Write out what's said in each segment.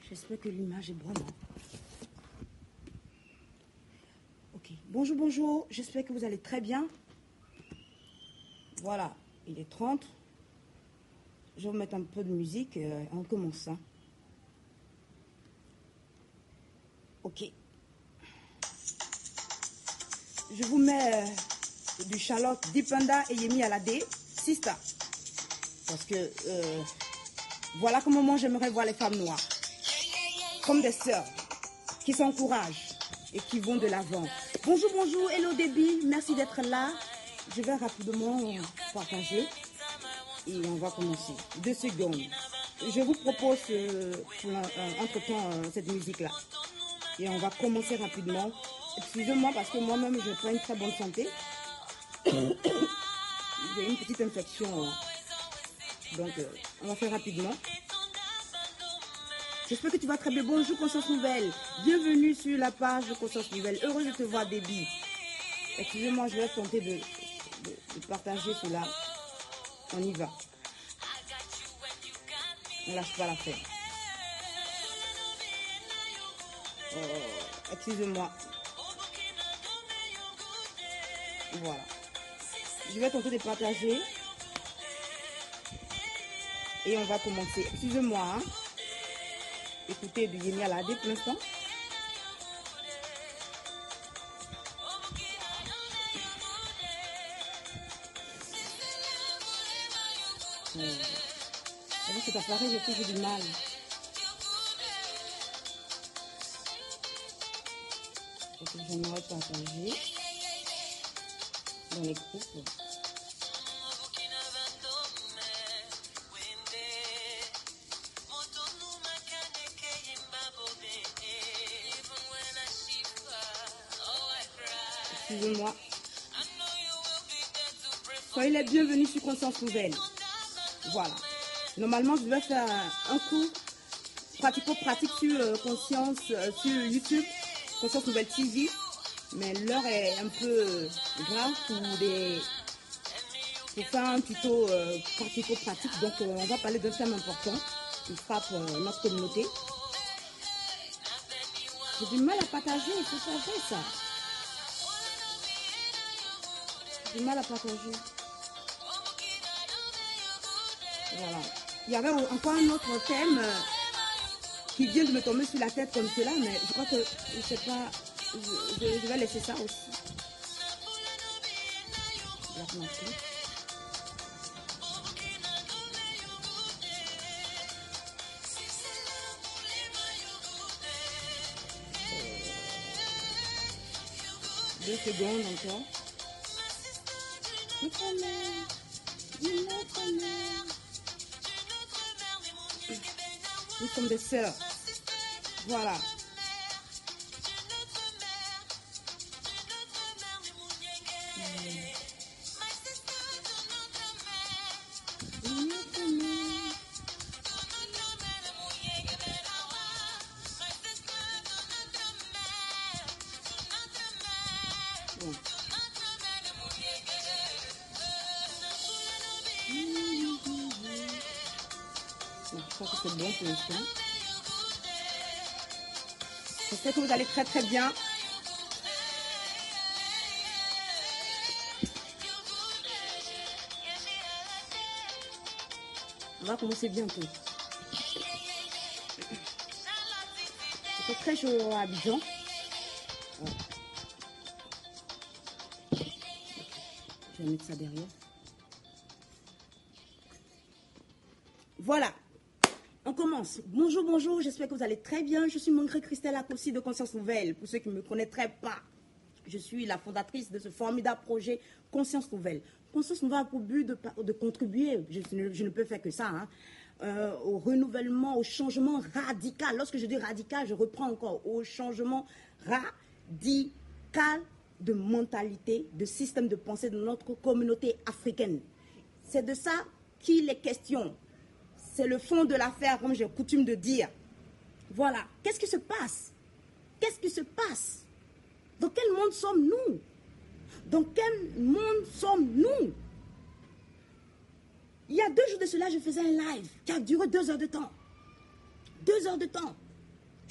J'espère que l'image est bonne. Ok. Bonjour, bonjour. J'espère que vous allez très bien. Voilà. Il est 30. Je vais vous mettre un peu de musique. On commence. Hein. Ok. Je vous mets du Charlotte, Dipanda et Yemi Alade, Sista. Parce que voilà comment moi j'aimerais voir les femmes noires. Comme des sœurs qui s'encouragent et qui vont de l'avant. Bonjour, bonjour, hello Déby, merci d'être là. Je vais rapidement partager et on va commencer. 2 secondes. Je vous propose entre-temps cette musique-là. Et on va commencer rapidement. Excusez-moi parce que moi-même je n'ai pas une très bonne santé. J'ai une petite infection. Donc on va faire rapidement. J'espère que tu vas très bien. Bonjour Conscience Nouvelle. Bienvenue sur la page de Conscience Nouvelle. Heureux de te voir, Déby. Excusez-moi, je vais tenter de partager cela. On y va. On lâche pas l'affaire. Excusez-moi. Voilà. Je vais tenter de partager. Et on va commencer. Excusez-moi. Hein. Écoutez du Yemi Alade pour l'instant. Avec cet appareil, j'ai toujours du mal. J'aimerais partager dans les groupes. Excusez-moi. Soyez les bienvenus sur Conscience Nouvelle. Voilà. Normalement, je vais faire un cours pratico-pratique sur Conscience, sur YouTube, Conscience Nouvelle TV. Mais l'heure est un peu grave pour faire un tuto pratico-pratique. Donc, on va parler d'un thème important qui frappe notre communauté. J'ai du mal à partager, c'est pas vrai ça. J'ai du mal à partager. Voilà. Il y avait encore un autre thème qui vient de me tomber sur la tête comme cela, mais je crois que je sais pas, je vais laisser ça aussi. Deux secondes encore. Nous sommes des sœurs. Voilà. Bon. Je crois que c'est bon pour l'instant. J'espère que vous allez très très bien. On va commencer bientôt. C'est très chaud à Abidjan. Je vais mettre ça derrière. Voilà. On commence. Bonjour, bonjour. J'espère que vous allez très bien. Je suis Mongré Christelle Akossi de Conscience Nouvelle. Pour ceux qui ne me connaîtraient pas, je suis la fondatrice de ce formidable projet Conscience Nouvelle. Conscience Nouvelle a pour but de contribuer, je ne peux faire que ça, hein, au renouvellement, au changement radical. Lorsque je dis radical, je reprends encore, au changement radical de mentalité, de système de pensée de notre communauté africaine. C'est de ça qu'il est question. C'est le fond de l'affaire, comme j'ai coutume de dire. Voilà. Qu'est-ce qui se passe? Qu'est-ce qui se passe? Dans quel monde sommes-nous? Dans quel monde sommes-nous? Il y a 2 jours de cela, je faisais un live qui a duré 2 heures de temps. 2 heures de temps.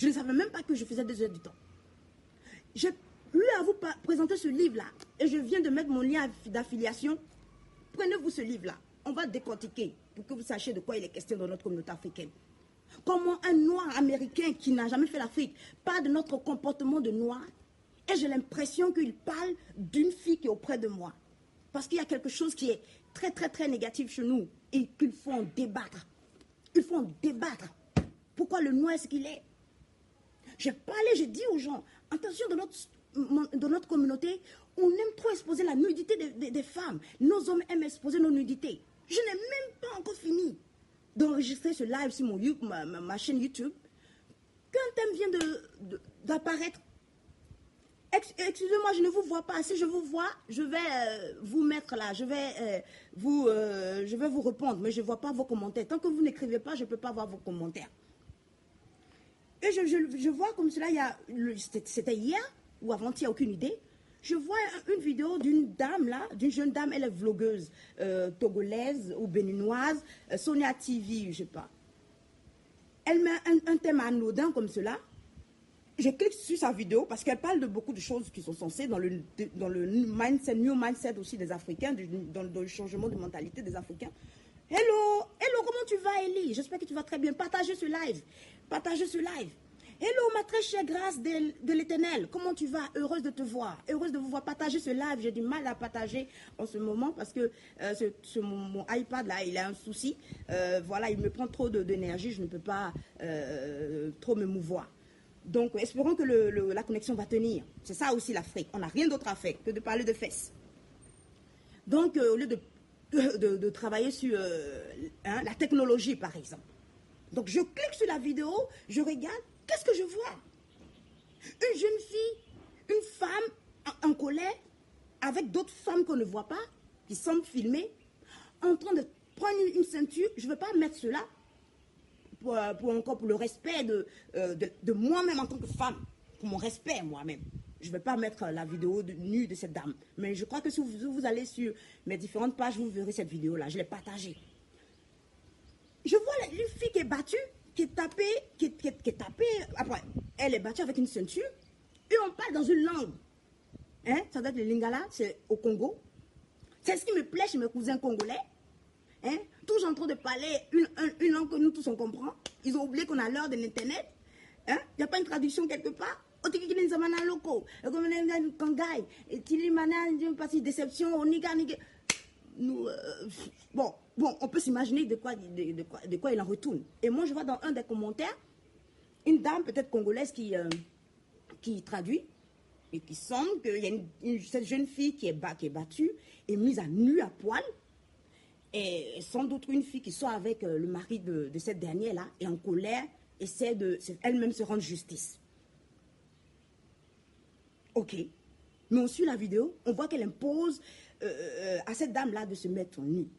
Je ne savais même pas que je faisais 2 heures du temps. J'ai eu à vous présenter ce livre-là. Et je viens de mettre mon lien d'affiliation. Prenez-vous ce livre-là. On va décortiquer pour que vous sachiez de quoi il est question dans notre communauté africaine. Comment un noir américain qui n'a jamais fait l'Afrique parle de notre comportement de noir. Et j'ai l'impression qu'il parle d'une fille qui est auprès de moi. Parce qu'il y a quelque chose qui est très, très, très négatif chez nous. Et qu'il faut en débattre. Il faut en débattre. Pourquoi le noir est ce qu'il est? J'ai parlé, j'ai dit aux gens, attention, dans notre communauté, on aime trop exposer la nudité des femmes. Nos hommes aiment exposer nos nudités. Je n'ai même pas encore fini d'enregistrer ce live sur ma chaîne YouTube. Qu'un thème vient d'apparaître. Excusez-moi, je ne vous vois pas. Si je vous vois, je vais vous mettre là. Je vais vous répondre, mais je ne vois pas vos commentaires. Tant que vous n'écrivez pas, je ne peux pas voir vos commentaires. Et je vois comme cela, c'était hier ou avant-hier, aucune idée. Je vois une vidéo d'une dame là, d'une jeune dame, elle est vlogueuse togolaise ou béninoise, Sonia TV, je ne sais pas. Elle met un thème anodin comme cela. Je clique sur sa vidéo parce qu'elle parle de beaucoup de choses qui sont censées dans le mindset, new mindset aussi des Africains, dans le changement de mentalité des Africains. Hello, comment tu vas, Ellie? J'espère que tu vas très bien. Partagez ce live. Hello, ma très chère grâce de l'Éternel. Comment tu vas? Heureuse de te voir. Heureuse de vous voir. Partager ce live. J'ai du mal à partager en ce moment parce que mon iPad, là, il a un souci. Voilà, il me prend trop d'énergie. Je ne peux pas trop me mouvoir. Donc, espérons que la connexion va tenir. C'est ça aussi l'Afrique. On n'a rien d'autre à faire que de parler de fesses. Donc, au lieu de travailler sur la technologie, par exemple. Donc, je clique sur la vidéo, je regarde, qu'est-ce que je vois? Une jeune fille, une femme en colère, avec d'autres femmes qu'on ne voit pas, qui semblent filmer, en train de prendre une ceinture. Je ne veux pas mettre cela pour le respect de moi-même en tant que femme, pour mon respect moi-même. Je ne vais pas mettre la vidéo nue de cette dame. Mais je crois que si vous allez sur mes différentes pages, vous verrez cette vidéo-là. Je l'ai partagée. Je vois une fille qui est battue, qui est tapée. Après, elle est battue avec une ceinture. Et on parle dans une langue. Ça doit être le lingala, c'est au Congo. C'est ce qui me plaît chez mes cousins congolais. Tous en train de parler une langue que nous tous on comprend. Ils ont oublié qu'on a l'heure de l'internet. Il n'y a pas une traduction quelque part. Bon, on peut s'imaginer de quoi il en retourne. Et moi, je vois dans un des commentaires, une dame peut-être congolaise qui traduit et qui semble qu'il y a cette jeune fille qui est battue et mise à nu, à poil. Et sans doute une fille qui soit avec le mari de cette dernière-là et en colère, essaie de elle-même se rendre justice. Ok. Mais on suit la vidéo, on voit qu'elle impose à cette dame-là de se mettre en nu.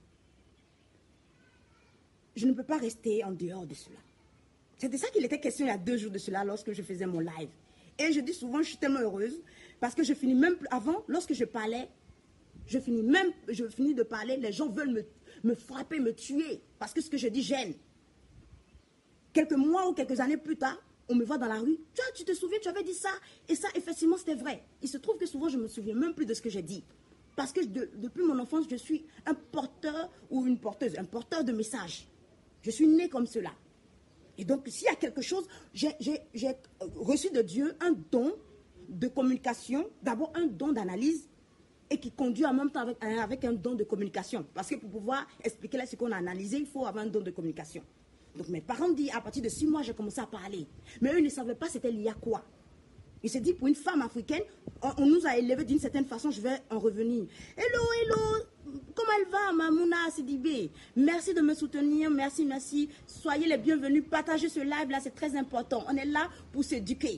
Je ne peux pas rester en dehors de cela. C'était ça qu'il était question il y a 2 jours de cela lorsque je faisais mon live. Et je dis souvent, je suis tellement heureuse parce que je finis même avant, lorsque je parlais, je finis de parler, les gens veulent me frapper, me tuer parce que ce que je dis gêne. Quelques mois ou quelques années plus tard, on me voit dans la rue. Tu te souviens, tu avais dit ça. Et ça, effectivement, c'était vrai. Il se trouve que souvent, je ne me souviens même plus de ce que j'ai dit. Parce que depuis mon enfance, je suis un porteur ou une porteuse, un porteur de messages. Je suis née comme cela. Et donc, s'il y a quelque chose, j'ai reçu de Dieu un don de communication, d'abord un don d'analyse, et qui conduit en même temps avec un don de communication. Parce que pour pouvoir expliquer là ce qu'on a analysé, il faut avoir un don de communication. Donc mes parents disent, à partir de 6 mois, j'ai commencé à parler. Mais eux ne savaient pas c'était lié à quoi. Ils se disent, pour une femme africaine, on nous a élevés d'une certaine façon, je vais en revenir. Hello, comment elle va, Mamouna Sidibé? Merci de me soutenir, merci. Soyez les bienvenus, partagez ce live-là, c'est très important. On est là pour s'éduquer.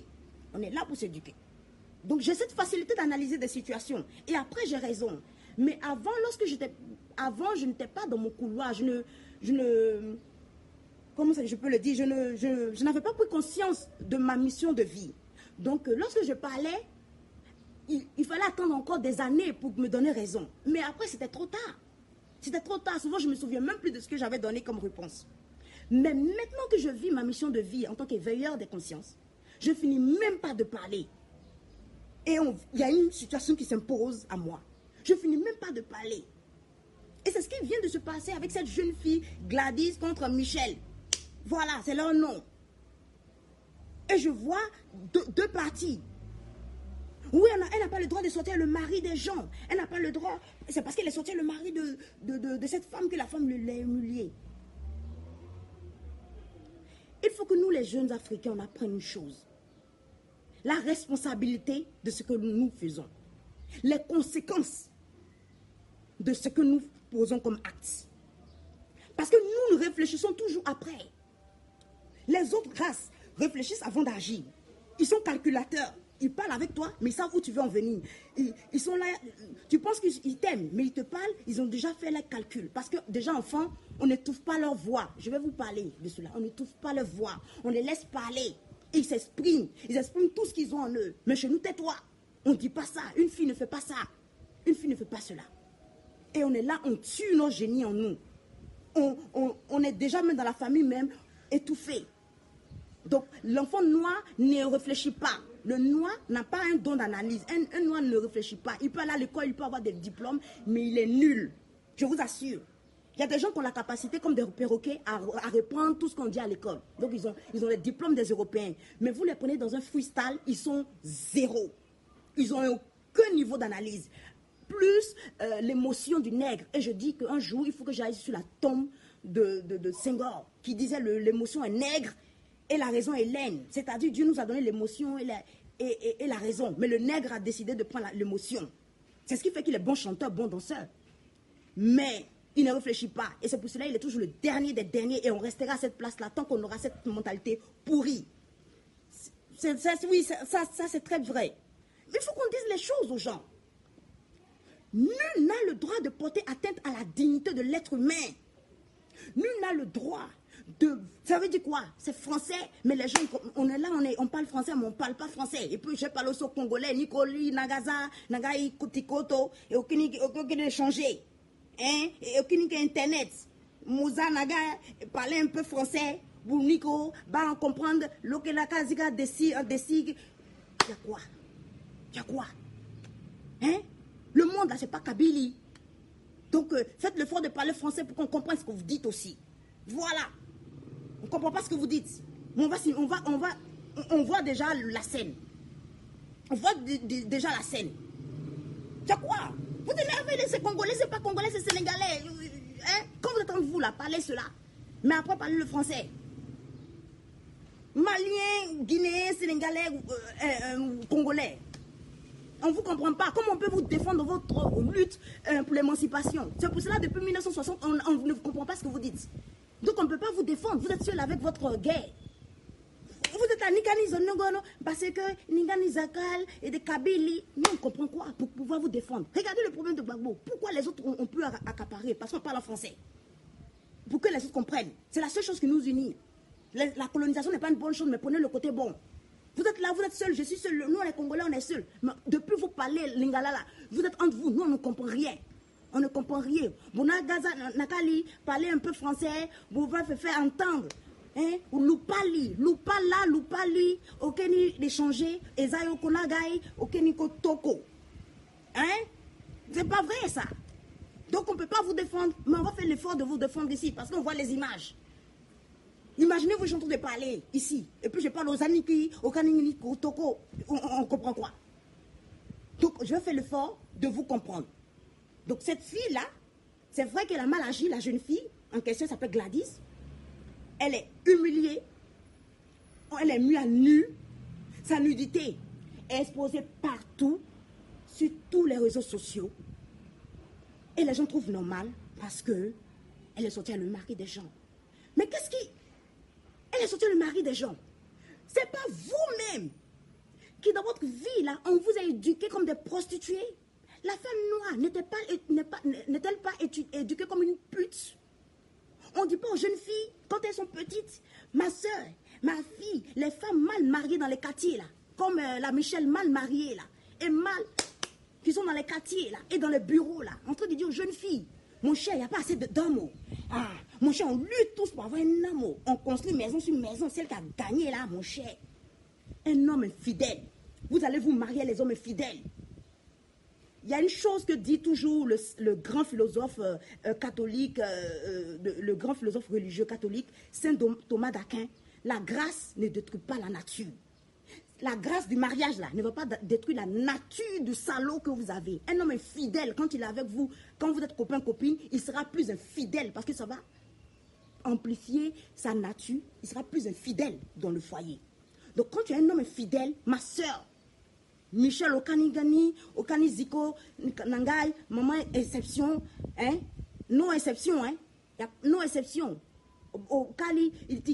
Donc j'ai cette facilité d'analyser des situations. Et après, j'ai raison. Mais avant, je n'étais pas dans mon couloir, comment ça, je peux le dire, je n'avais pas pris conscience de ma mission de vie. Donc, lorsque je parlais, il fallait attendre encore des années pour me donner raison. Mais après, c'était trop tard. Souvent, je ne me souviens même plus de ce que j'avais donné comme réponse. Mais maintenant que je vis ma mission de vie en tant qu'éveilleur des consciences, Je finis même pas de parler. Et il y a une situation qui s'impose à moi. Je finis même pas de parler. Et c'est ce qui vient de se passer avec cette jeune fille, Gladys contre Michel. Voilà, c'est leur nom. Et je vois deux parties. Oui, elle n'a pas le droit de sortir le mari des gens. Elle n'a pas le droit. C'est parce qu'elle est sortie le mari de cette femme que la femme l'a humiliée. Il faut que nous, les jeunes Africains, on apprenne une chose. La responsabilité de ce que nous faisons. Les conséquences de ce que nous posons comme acte. Parce que nous réfléchissons toujours après. Les autres races réfléchissent avant d'agir. Ils sont calculateurs. Ils parlent avec toi, mais ils savent où tu veux en venir. Ils sont là, tu penses qu'ils t'aiment, mais ils te parlent, ils ont déjà fait les calculs. Parce que déjà enfants, on n'étouffe pas leur voix. Je vais vous parler de cela. On n'étouffe pas leur voix. On les laisse parler. Ils s'expriment. Ils expriment tout ce qu'ils ont en eux. Mais chez nous, tais-toi. On ne dit pas ça. Une fille ne fait pas ça. Une fille ne fait pas cela. Et on est là, on tue nos génies en nous. On est déjà même dans la famille même étouffé. Donc l'enfant noir ne réfléchit pas. Le noir n'a pas un don d'analyse. Un noir ne réfléchit pas. Il peut aller à l'école, il peut avoir des diplômes, mais il est nul. Je vous assure. Il y a des gens qui ont la capacité, comme des perroquets, à reprendre tout ce qu'on dit à l'école. Donc ils ont les diplômes des Européens. Mais vous les prenez dans un freestyle, ils sont zéro. Ils n'ont aucun niveau d'analyse. Plus l'émotion du nègre. Et je dis qu'un jour, il faut que j'aille sur la tombe de Senghor, qui disait l'émotion est nègre et la raison est laine. C'est-à-dire Dieu nous a donné l'émotion et la raison. Mais le nègre a décidé de prendre l'émotion. C'est ce qui fait qu'il est bon chanteur, bon danseur. Mais il ne réfléchit pas. Et c'est pour cela qu'il est toujours le dernier des derniers. Et on restera à cette place-là tant qu'on aura cette mentalité pourrie. Oui, ça c'est très vrai. Mais il faut qu'on dise les choses aux gens. Nul n'a le droit de porter atteinte à la dignité de l'être humain. Nul n'a le droit de... Ça veut dire quoi? C'est français, mais les gens, on est là, on parle français, mais on ne parle pas français. Et puis je parle aussi au Congolais, Nicoli, Nagaza, Nagai, Kotikoto, et aucun échanger. Hein? Et aucun Internet. Mouza, Naga, parler un peu français, pour Nico, on comprendre, l'Okelaka, Ziga, Desig. Il y a quoi? Il y a quoi? Hein? Le monde, là, c'est pas Kabylie. Donc, faites l'effort de parler français pour qu'on comprenne ce que vous dites aussi. Voilà. On ne comprend pas ce que vous dites. On voit déjà la scène. On voit déjà la scène. C'est quoi? Vous énervez, c'est Congolais, c'est pas Congolais, c'est Sénégalais. Hein? Quand vous êtes entre vous, là, parlez cela. Mais après, parlez le français. Malien, Guinéen, Sénégalais, Congolais. On ne vous comprend pas. Comment on peut vous défendre dans votre lutte pour l'émancipation? C'est pour cela, depuis 1960, on ne comprend pas ce que vous dites. Donc, on ne peut pas vous défendre. Vous êtes seul avec votre guerre. Vous êtes à Nikani Zonogono, parce que Nikani Zakal et des Kabylie. Nous, on comprend quoi pour pouvoir vous défendre? Regardez le problème de Gbagbo. Pourquoi les autres ont pu accaparer? Parce qu'on parle en français. Pour que les autres comprennent. C'est la seule chose qui nous unit. La colonisation n'est pas une bonne chose, mais prenez le côté bon. Vous êtes là, vous êtes seuls, je suis seul. Nous, les Congolais, on est seuls. Mais depuis vous parlez Lingala, là, vous êtes entre vous. Nous, on ne comprend rien. On ne comprend rien. Vous n'avez parler un peu français, vous pouvez faire entendre. Hein? Ou loupali, okeni d'échanger, ezayo konagai, okeni kotoko. Hein? C'est pas vrai ça. Donc on ne peut pas vous défendre, mais on va faire l'effort de vous défendre ici, parce qu'on voit les images. Imaginez-vous, je suis en train de parler ici, et puis je parle aux Aniki, aux Kanini, aux Toko, on comprend quoi? Donc je vais faire l'effort de vous comprendre. Donc cette fille-là, c'est vrai qu'elle a mal agi, la jeune fille, en question s'appelle Gladys. Elle est humiliée, elle est mise à nu, sa nudité est exposée partout, sur tous les réseaux sociaux. Et les gens trouvent normal parce que elle est sortie à le mari des gens. Mais qu'est-ce qui... Elle est sortie le mari des gens. C'est pas vous-même qui, dans votre vie, là, on vous a éduqué comme des prostituées. La femme noire n'est-elle pas éduquée comme une pute? On ne dit pas aux jeunes filles, quand elles sont petites, ma soeur, ma fille, les femmes mal mariées dans les quartiers, là, comme la Michelle mal mariée, là, et mal, qui sont dans les quartiers, là, et dans les bureaux, là, en train de dire aux jeunes filles, mon cher, il n'y a pas assez d'hommes. Ah, mon cher, on lutte tous pour avoir un amour. On construit maison sur maison, celle qui a gagné, là, mon cher. un homme infidèle. Vous allez vous marier à les hommes infidèles. Il y a une chose que dit toujours le grand philosophe catholique, le grand philosophe religieux catholique, Saint Thomas d'Aquin. La grâce ne détruit pas la nature. La grâce du mariage, là, ne va pas détruire la nature du salaud que vous avez. Un homme infidèle, quand il est avec vous, quand vous êtes copain-copine, il sera plus infidèle parce que ça va amplifier sa nature. Il sera plus infidèle dans le foyer. Donc, quand tu es un homme infidèle, ma soeur, Michel Okanigani, Okaniziko, Nangai, maman, exception, hein? Non exception, hein? Non exception. Okali,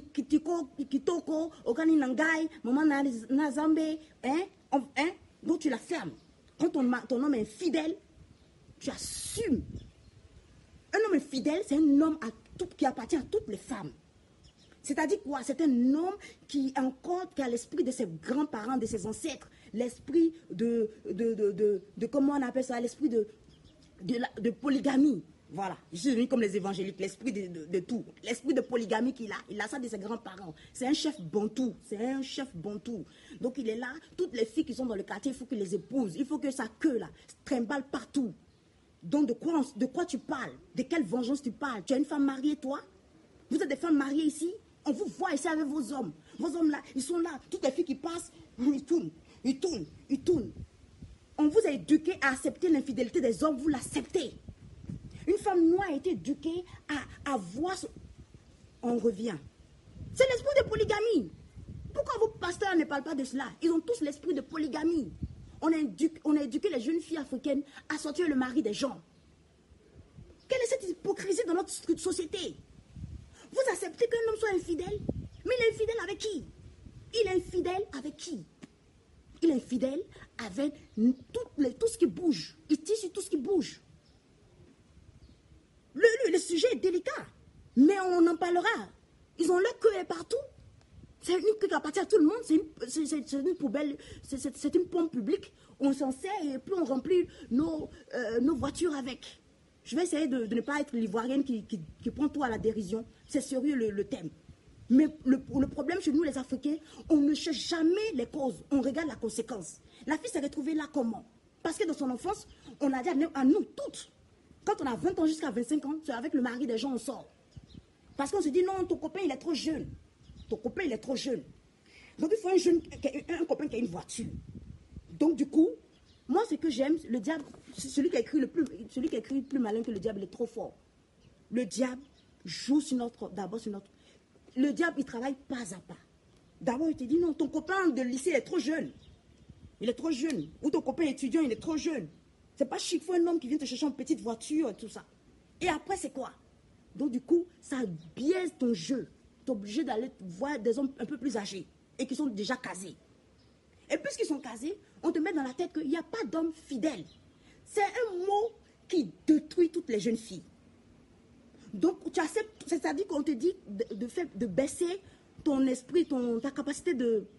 Kitoko, Okani Nangai, maman Nazambe, hein? Donc tu la fermes. Quand ton homme est infidèle, tu assumes. Un homme infidèle, c'est un homme qui appartient à toutes les femmes. C'est-à-dire quoi? C'est un homme qui a l'esprit de ses grands-parents, de ses ancêtres, l'esprit de comment on appelle ça, l'esprit de polygamie. Voilà, je suis devenu comme les évangéliques, l'esprit de tout, l'esprit de polygamie qu'il a, il a ça de ses grands-parents. C'est un chef bantou, Donc il est là, toutes les filles qui sont dans le quartier, il faut qu'il les épouse, il faut que sa queue là trimballe partout. Donc de quoi tu parles? De quelle vengeance tu parles? Tu as une femme mariée, toi? Vous êtes des femmes mariées ici? On vous voit ici avec vos hommes. Vos hommes là, ils sont là. Toutes les filles qui passent, ils tournent. On vous a éduqué à accepter l'infidélité des hommes, vous l'acceptez. Une femme noire a été éduquée à voir... On revient. C'est l'esprit de polygamie. Pourquoi vos pasteurs ne parlent pas de cela? Ils ont tous l'esprit de polygamie. On a éduqué les jeunes filles africaines à sortir le mari des gens. Quelle est cette hypocrisie dans notre société? Vous acceptez qu'un homme soit infidèle? Mais il est infidèle avec qui? Il est infidèle avec qui? Il est infidèle avec tout ce qui bouge. Il tire sur tout ce qui bouge. Le sujet est délicat, mais on en parlera. Ils ont leur queue partout. C'est une queue qui appartient à tout le monde. C'est une poubelle, c'est une pompe publique. On s'en sert et puis on remplit nos voitures avec. Je vais essayer de ne pas être l'ivoirienne qui prend tout à la dérision. C'est sérieux le thème. Mais le problème chez nous, les Africains, on ne cherche jamais les causes. On regarde la conséquence. La fille s'est retrouvée là comment? Parce que dans son enfance, on a dit à nous toutes, quand on a 20 ans jusqu'à 25 ans, c'est avec le mari des gens on sort. Parce qu'on se dit non, ton copain il est trop jeune. Donc il faut un copain qui a une voiture. Donc du coup, moi ce que j'aime, le diable, celui qui écrit plus malin que le diable, il est trop fort. Le diable joue d'abord sur notre... Le diable, il travaille pas à pas. D'abord, il te dit non, ton copain de lycée il est trop jeune. Il est trop jeune. Ou ton copain étudiant, il est trop jeune. C'est pas chic, il faut un homme qui vient te chercher en petite voiture, tout ça. Et après, c'est quoi? Donc du coup, ça biaise ton jeu. Tu es obligé d'aller voir des hommes un peu plus âgés et qui sont déjà casés. Et puisqu'ils sont casés, on te met dans la tête qu'il n'y a pas d'homme fidèle. C'est un mot qui détruit toutes les jeunes filles. Donc, tu acceptes, c'est-à-dire qu'on te dit de baisser ton esprit, ta capacité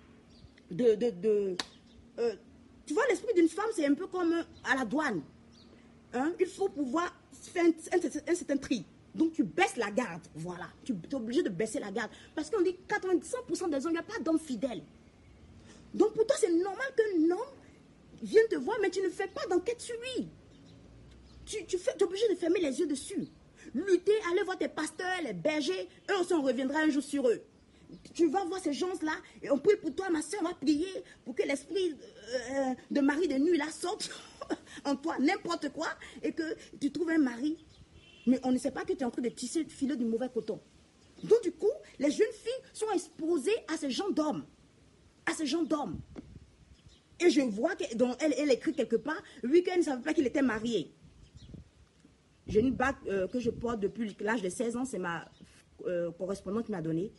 tu vois, l'esprit d'une femme, c'est un peu comme à la douane. Hein? Il faut pouvoir faire un certain tri. Donc, tu baisses la garde. Voilà. Tu es obligé de baisser la garde. Parce qu'on dit 90% des hommes, il n'y a pas d'hommes fidèles. Donc, pour toi, c'est normal qu'un homme vienne te voir, mais tu ne fais pas d'enquête sur lui. Tu es obligé de fermer les yeux dessus. Lutter, aller voir tes pasteurs, les bergers. Eux aussi, on reviendra un jour sur eux. Tu vas voir ces gens-là et on prie pour toi, ma soeur, on va prier pour que l'esprit de mari de nuit là sorte en toi, n'importe quoi, et que tu trouves un mari. Mais on ne sait pas que tu es en train de tisser, de filer du mauvais coton. Donc du coup, les jeunes filles sont exposées à ce genre d'hommes. Et je vois qu'elle écrit quelque part, lui qu'elle ne savait pas qu'il était marié. J'ai une bague que je porte depuis l'âge de 16 ans, c'est ma correspondante qui m'a donné.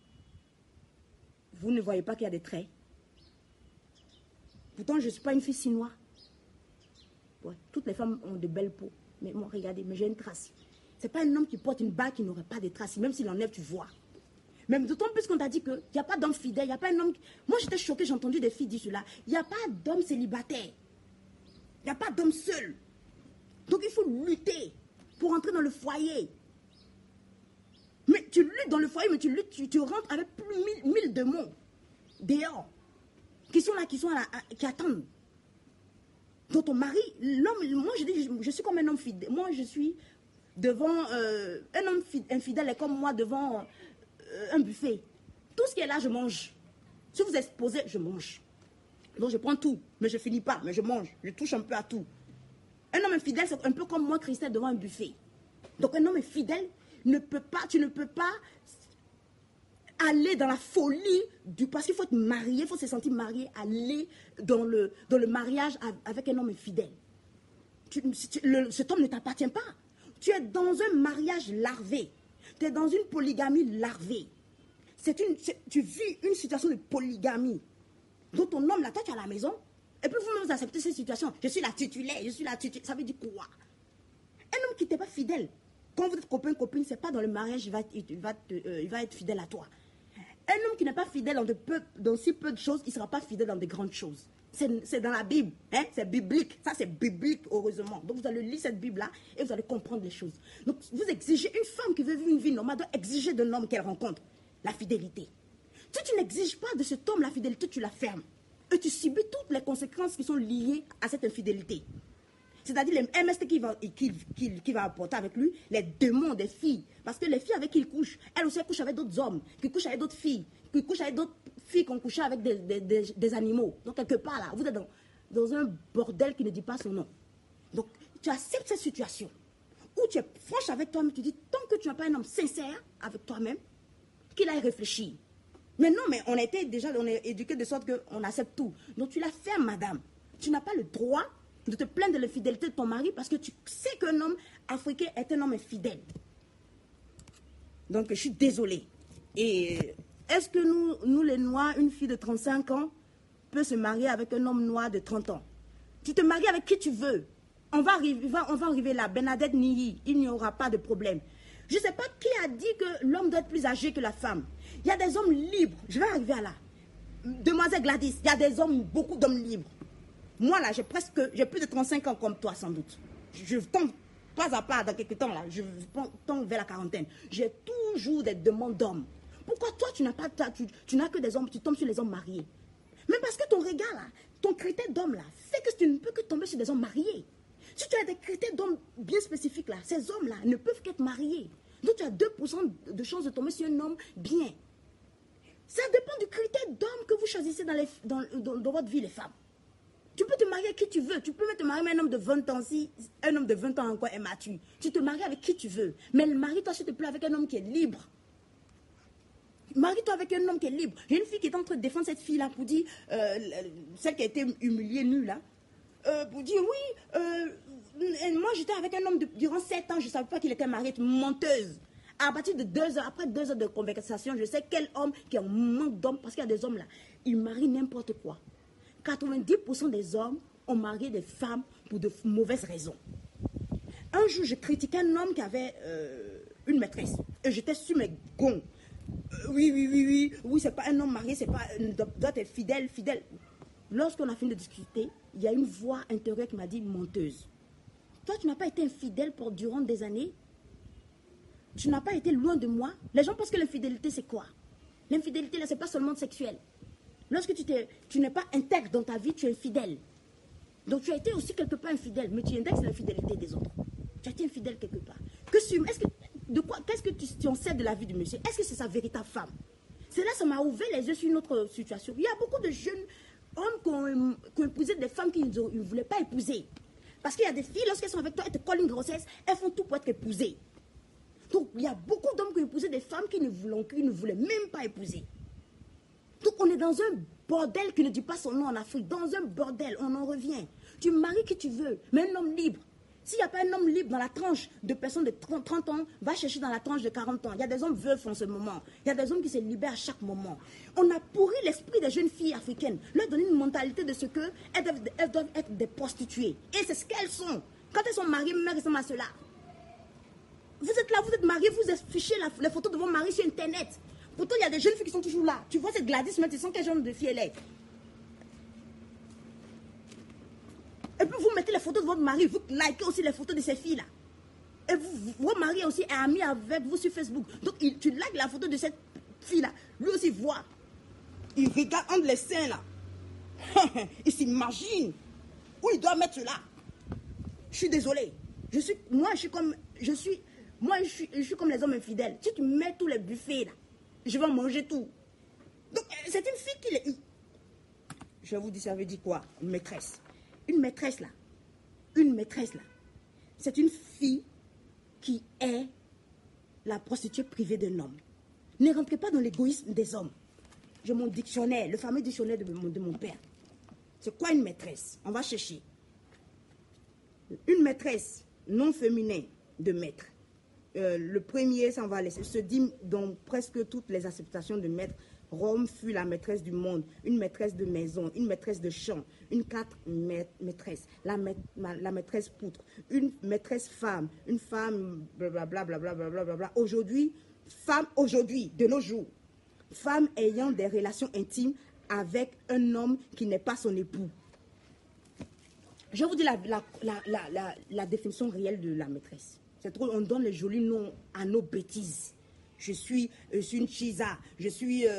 Vous ne voyez pas qu'il y a des traits. Pourtant, je ne suis pas une fille si noire. Ouais, toutes les femmes ont de belles peaux. Mais moi, regardez, mais j'ai une trace. Ce n'est pas un homme qui porte une bague qui n'aurait pas de traces. Même s'il enlève, tu vois. Même d'autant plus qu'on t'a dit qu'il n'y a pas d'homme fidèle. Il n'y a pas un homme... Moi, j'étais choquée, j'ai entendu des filles dire cela. Il n'y a pas d'homme célibataire. Il n'y a pas d'homme seul. Donc, il faut lutter pour entrer dans le foyer. Mais tu luttes dans le foyer, mais tu rentres avec plus 1000 démons dehors. qui sont là, qui attendent. Donc ton mari, l'homme, moi je dis, je suis comme un homme fidèle. Moi je suis devant, un homme infidèle est comme moi devant un buffet. Tout ce qui est là, je mange. Si vous êtes posé, je mange. Donc je prends tout, mais je ne finis pas, mais je mange. Je touche un peu à tout. Un homme infidèle, c'est un peu comme moi, Christelle, devant un buffet. Donc un homme infidèle, tu ne peux pas aller dans la folie parce qu'il faut être marié, il faut se sentir marié, aller dans le mariage avec un homme infidèle. Cet homme ne t'appartient pas. Tu es dans un mariage larvé. Tu es dans une polygamie larvée. Tu vis une situation de polygamie. Donc ton homme là, toi tu es à la maison, et puis vous-même vous acceptez cette situation. Je suis la titulaire, ça veut dire quoi? Un homme qui n'est pas fidèle, quand vous êtes copain-copine, c'est pas dans le mariage, il va être fidèle à toi. Un homme qui n'est pas fidèle dans si peu de choses, il ne sera pas fidèle dans de grandes choses. C'est dans la Bible, hein? C'est biblique. Ça, c'est biblique, heureusement. Donc, vous allez lire cette Bible-là et vous allez comprendre les choses. Donc, vous exigez, une femme qui veut vivre une vie normale doit exiger d'un homme qu'elle rencontre la fidélité. Si tu n'exiges pas de cet homme la fidélité, tu la fermes. Et tu subis toutes les conséquences qui sont liées à cette infidélité. C'est-à-dire les MST qu'il va apporter avec lui, les démons des filles. Parce que les filles avec qui il couche, elles aussi couchent avec d'autres hommes, qui couchent avec d'autres filles, qui couchent avec d'autres filles qui ont couché avec des animaux. Donc quelque part là, vous êtes dans un bordel qui ne dit pas son nom. Donc tu acceptes cette situation où tu es franche avec toi-même, tu dis, tant que tu n'as pas un homme sincère avec toi-même, qu'il aille réfléchir. Mais non, mais on est éduqué de sorte qu'on accepte tout. Donc tu la fermes, madame. Tu n'as pas le droit de te plaindre de l'infidélité de ton mari parce que tu sais qu'un homme africain est un homme infidèle. Donc je suis désolée. Et est-ce que nous les Noirs, une fille de 35 ans peut se marier avec un homme noir de 30 ans? Tu te maries avec qui tu veux. On va arriver là. Bernadette Niyi, il n'y aura pas de problème. Je ne sais pas qui a dit que l'homme doit être plus âgé que la femme. Il y a des hommes libres. Je vais arriver à là. Demoiselle Gladys, il y a des hommes, beaucoup d'hommes libres. Moi là, j'ai plus de 35 ans comme toi sans doute. Je tombe pas à pas dans quelques temps là, je tombe vers la quarantaine. J'ai toujours des demandes d'hommes. Pourquoi toi tu n'as que des hommes, tu tombes sur les hommes mariés? Mais parce que ton regard là, ton critère d'homme là, fait que tu ne peux que tomber sur des hommes mariés. Si tu as des critères d'hommes bien spécifiques là, ces hommes là ne peuvent qu'être mariés. Donc tu as 2% de chances de tomber sur un homme bien. Ça dépend du critère d'homme que vous choisissez dans votre vie les femmes. Tu peux te marier avec qui tu veux. Tu peux même te marier avec un homme de 20 ans si un homme de 20 ans encore est mature. Tu te maries avec qui tu veux. Mais marie-toi s'il te plaît avec un homme qui est libre. Marie-toi avec un homme qui est libre. J'ai une fille qui est en train de défendre cette fille-là pour dire, celle qui a été humiliée nue là, pour dire oui, moi j'étais avec un homme durant 7 ans, je ne savais pas qu'il était marié, menteuse. À partir de 2 heures, après 2 heures de conversation, je sais quel homme qui est en manque d'hommes, parce qu'il y a des hommes là, ils marient n'importe quoi. 90% des hommes ont marié des femmes pour de mauvaises raisons. Un jour, je critiquais un homme qui avait une maîtresse. Et j'étais sur mes gonds. Oui, c'est pas un homme marié, c'est pas doit être fidèle. Lorsqu'on a fini de discuter, il y a une voix intérieure qui m'a dit menteuse. Toi, tu n'as pas été infidèle durant des années. Tu n'as pas été loin de moi. Les gens pensent que l'infidélité, c'est quoi? L'infidélité, là, c'est pas seulement sexuel. Lorsque tu n'es pas intègre dans ta vie, tu es infidèle. Donc tu as été aussi quelque part infidèle, mais tu indexes l'infidélité des autres. Tu as été infidèle quelque part. Qu'est-ce que tu en sais de la vie du monsieur? Est-ce que c'est sa véritable femme? C'est là, ça m'a ouvert les yeux sur une autre situation. Il y a beaucoup de jeunes hommes qui ont épousé des femmes qu'ils ne voulaient pas épouser. Parce qu'il y a des filles, lorsqu'elles sont avec toi, elles te collent une grossesse, elles font tout pour être épousées. Donc il y a beaucoup d'hommes qui ont épousé des femmes qu'ils ne voulaient même pas épouser. Donc on est dans un bordel qui ne dit pas son nom en Afrique. Dans un bordel, on en revient. Tu maries qui tu veux, mais un homme libre. S'il n'y a pas un homme libre dans la tranche de personnes de 30 ans, va chercher dans la tranche de 40 ans. Il y a des hommes veufs en ce moment. Il y a des hommes qui se libèrent à chaque moment. On a pourri l'esprit des jeunes filles africaines. Leur donner une mentalité de ce qu'elles doivent être des prostituées. Et c'est ce qu'elles sont. Quand elles sont mariées, même elles ressemblent à cela. Vous êtes là, vous êtes mariés, vous affichez les photos de vos maris sur Internet. Pourtant, il y a des jeunes filles qui sont toujours là. Tu vois cette Gladys, mais tu sens quel genre de fille elle est. Et puis vous mettez les photos de votre mari, vous likez aussi les photos de ces filles-là. Et votre mari aussi est ami avec vous sur Facebook. Donc tu likes la photo de cette fille-là. Lui aussi voit. Il regarde entre les seins là. Il s'imagine où il doit mettre cela. Je suis désolée. Je suis comme les hommes infidèles. Si tu mets tous les buffets là, je vais manger tout. Donc, c'est une fille qui est... Je vous dis, ça veut dire quoi? Une maîtresse. Une maîtresse là. C'est une fille qui est la prostituée privée d'un homme. Ne rentrez pas dans l'égoïsme des hommes. J'ai mon dictionnaire, le fameux dictionnaire de mon père. C'est quoi une maîtresse? On va chercher. Une maîtresse non féminin de maître. Le premier, ça on va laisser, se dit dans presque toutes les acceptations de maître. Rome fut la maîtresse du monde, une maîtresse de maison, une maîtresse de champ, une quatre maîtresse, la maîtresse poutre, une maîtresse femme, une femme blablabla, blablabla. Aujourd'hui, de nos jours, femme ayant des relations intimes avec un homme qui n'est pas son époux. Je vais vous dire la définition réelle de la maîtresse. C'est trop, on donne les jolis noms à nos bêtises. Je suis une chisa, je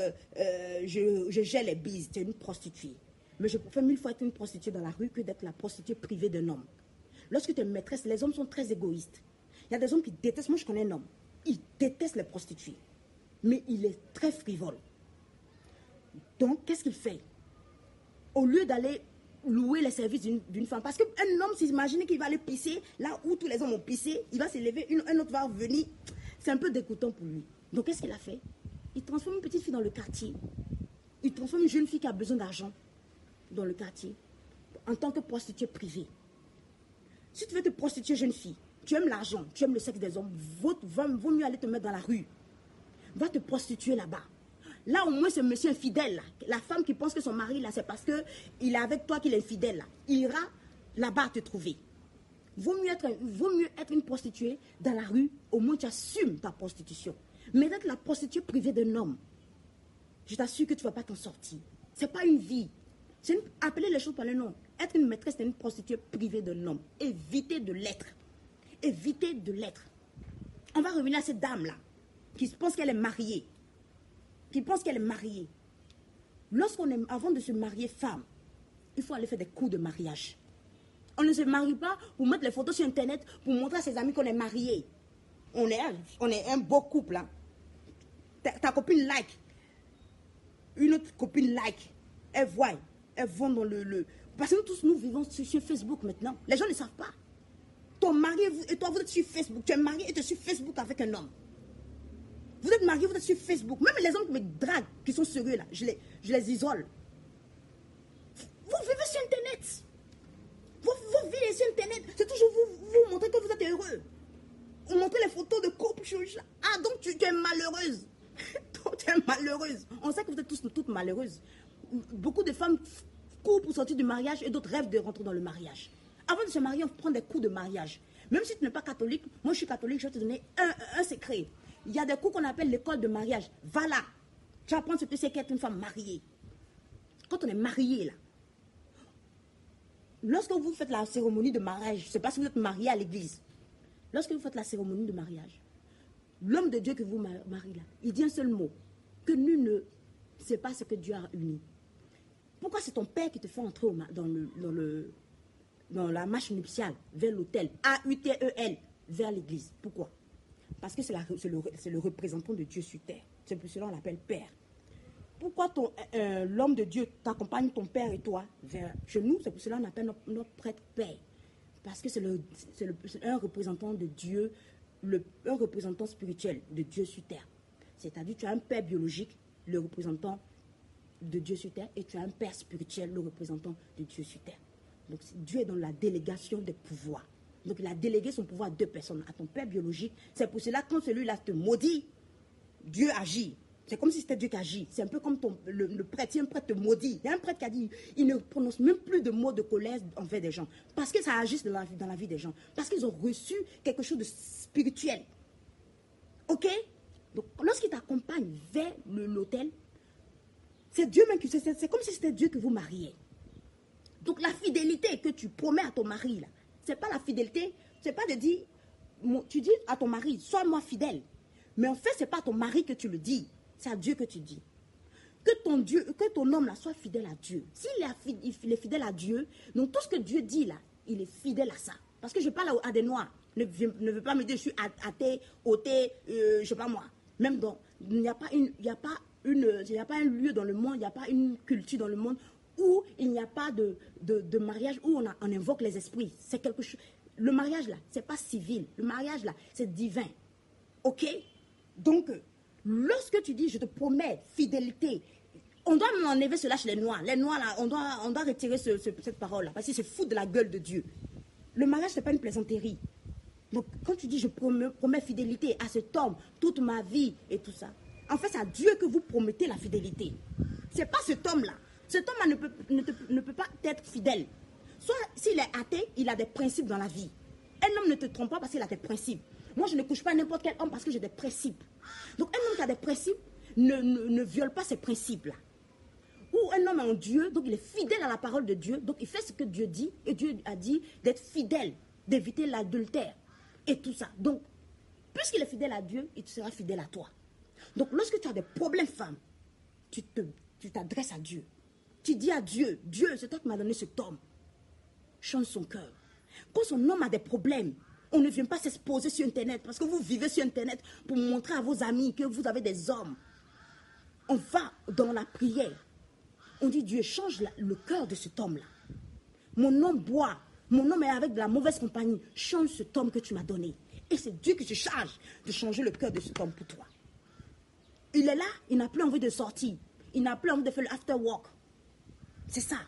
gère les bises, c'est une prostituée. Mais je préfère 1000 fois être une prostituée dans la rue que d'être la prostituée privée d'un homme. Lorsque tu es maîtresse, les hommes sont très égoïstes. Il y a des hommes qui détestent, moi je connais un homme, il déteste les prostituées. Mais il est très frivole. Donc, qu'est-ce qu'il fait? Au lieu d'aller louer les services d'une femme, parce qu'un homme s'imagine qu'il va aller pisser là où tous les hommes ont pissé, il va se lever, un autre va venir. C'est un peu dégoûtant pour lui. Donc, qu'est-ce qu'il a fait? Il transforme une petite fille dans le quartier. Il transforme une jeune fille qui a besoin d'argent dans le quartier en tant que prostituée privée. Si tu veux te prostituer, jeune fille, tu aimes l'argent, tu aimes le sexe des hommes, vaut mieux aller te mettre dans la rue. Va te prostituer là-bas. Là, au moins, ce monsieur infidèle, là, la femme qui pense que son mari, là, c'est parce qu'il est avec toi qu'il est infidèle, là, il ira là-bas te trouver. Vaut mieux être une prostituée dans la rue, au moins tu assumes ta prostitution. Mais d'être la prostituée privée d'un homme, je t'assure que tu ne vas pas t'en sortir. Ce n'est pas une vie. Appelez les choses par le nom. Être une maîtresse, c'est une prostituée privée d'un homme. Évitez de l'être. Évitez de l'être. On va revenir à cette dame-là, qui pense qu'elle est mariée. Avant de se marier femme, il faut aller faire des cours de mariage. On ne se marie pas pour mettre les photos sur Internet, pour montrer à ses amis qu'on est mariés. On est un beau couple. Hein. Ta copine like. Une autre copine like. Elles voient. Elles vont dans le... Parce que nous tous, nous vivons sur Facebook maintenant. Les gens ne savent pas. Ton mari et toi, vous êtes sur Facebook. Tu es marié et tu es sur Facebook avec un homme. Vous êtes mariés, vous êtes sur Facebook. Même les hommes qui me draguent, qui sont sérieux là, je les isole. Vous vivez sur Internet. Vous vivez sur Internet. C'est toujours vous montrer que vous êtes heureux. Vous montrez les photos de couple. Ah, donc tu es malheureuse. Tu es malheureuse. On sait que vous êtes toutes malheureuses. Beaucoup de femmes courent pour sortir du mariage et d'autres rêvent de rentrer dans le mariage. Avant de se marier, on prend des cours de mariage. Même si tu n'es pas catholique, moi je suis catholique, je vais te donner un secret. Il y a des cours qu'on appelle l'école de mariage. Va là. Tu vas apprendre ce que c'est qu'être une femme mariée. Quand on est marié là, lorsque vous faites la cérémonie de mariage, je ne sais pas si vous êtes marié à l'église, lorsque vous faites la cérémonie de mariage, l'homme de Dieu que vous mariez là, il dit un seul mot, que nul ne sait pas ce que Dieu a uni. Pourquoi c'est ton père qui te fait entrer dans la marche nuptiale, vers l'autel, A-U-T-E-L, vers l'église? Pourquoi? Parce que c'est le représentant de Dieu sur terre. C'est pour cela qu'on l'appelle père. Pourquoi l'homme de Dieu t'accompagne, ton père et toi, vers chez nous? C'est pour cela qu'on appelle notre prêtre père. Parce que c'est un représentant de Dieu, un représentant spirituel de Dieu sur terre. C'est-à-dire tu as un père biologique, le représentant de Dieu sur terre, et tu as un père spirituel, le représentant de Dieu sur terre. Donc Dieu est dans la délégation des pouvoirs. Donc il a délégué son pouvoir à deux personnes, à ton père biologique. C'est pour cela que quand celui-là te maudit, Dieu agit. C'est comme si c'était Dieu qui agit. C'est un peu comme le prêtre. Si un prêtre te maudit, il y a un prêtre qui a dit, il ne prononce même plus de mots de colère envers des gens. Parce que ça agit dans la vie des gens. Parce qu'ils ont reçu quelque chose de spirituel. Ok? Donc lorsqu'il t'accompagne vers l'autel, c'est Dieu même qui... C'est comme si c'était Dieu que vous mariez. Donc la fidélité que tu promets à ton mari, là, c'est pas la fidélité, c'est pas de dire, tu dis à ton mari, sois-moi fidèle. Mais en fait, c'est pas à ton mari que tu le dis, c'est à Dieu que tu dis. Que que ton homme là soit fidèle à Dieu. S'il est fidèle à Dieu, donc tout ce que Dieu dit là, il est fidèle à ça. Parce que je parle à des noirs. Ne veux pas me dire je suis athée, ôté, je sais pas moi. Même dans, il n'y a pas un lieu dans le monde, il n'y a pas une culture dans le monde où il n'y a pas de mariage, où on invoque les esprits. C'est quelque chose. Le mariage là, c'est pas civil. Le mariage là, c'est divin. Ok? Donc, lorsque tu dis, je te promets fidélité, on doit enlever cela chez les Noirs. Les Noirs, là, on doit retirer cette parole-là, parce que c'est fou de la gueule de Dieu. Le mariage, ce n'est pas une plaisanterie. Donc, quand tu dis, je promets fidélité à cet homme, toute ma vie et tout ça, en fait, c'est à Dieu que vous promettez la fidélité. Ce n'est pas cet homme-là. Cet homme-là ne peut pas être fidèle. Soit, s'il est athée, il a des principes dans la vie. Un homme ne te trompe pas parce qu'il a des principes. Moi, je ne couche pas n'importe quel homme parce que j'ai des principes. Donc, un homme qui a des principes ne viole pas ces principes-là. Ou un homme en Dieu, donc il est fidèle à la parole de Dieu, donc il fait ce que Dieu dit, et Dieu a dit d'être fidèle, d'éviter l'adultère, et tout ça. Donc, puisqu'il est fidèle à Dieu, il sera fidèle à toi. Donc, lorsque tu as des problèmes, femme, tu t'adresses à Dieu. Tu dis à Dieu, Dieu, c'est toi qui m'as donné cet homme. Change son cœur. Quand son homme a des problèmes, on ne vient pas s'exposer sur Internet, parce que vous vivez sur Internet pour montrer à vos amis que vous avez des hommes. On va dans la prière. On dit, Dieu, change le cœur de cet homme-là. Mon homme boit, mon homme est avec de la mauvaise compagnie. Change cet homme que tu m'as donné. Et c'est Dieu qui se charge de changer le cœur de cet homme pour toi. Il est là, il n'a plus envie de sortir. Il n'a plus envie de faire le after work. C'est ça.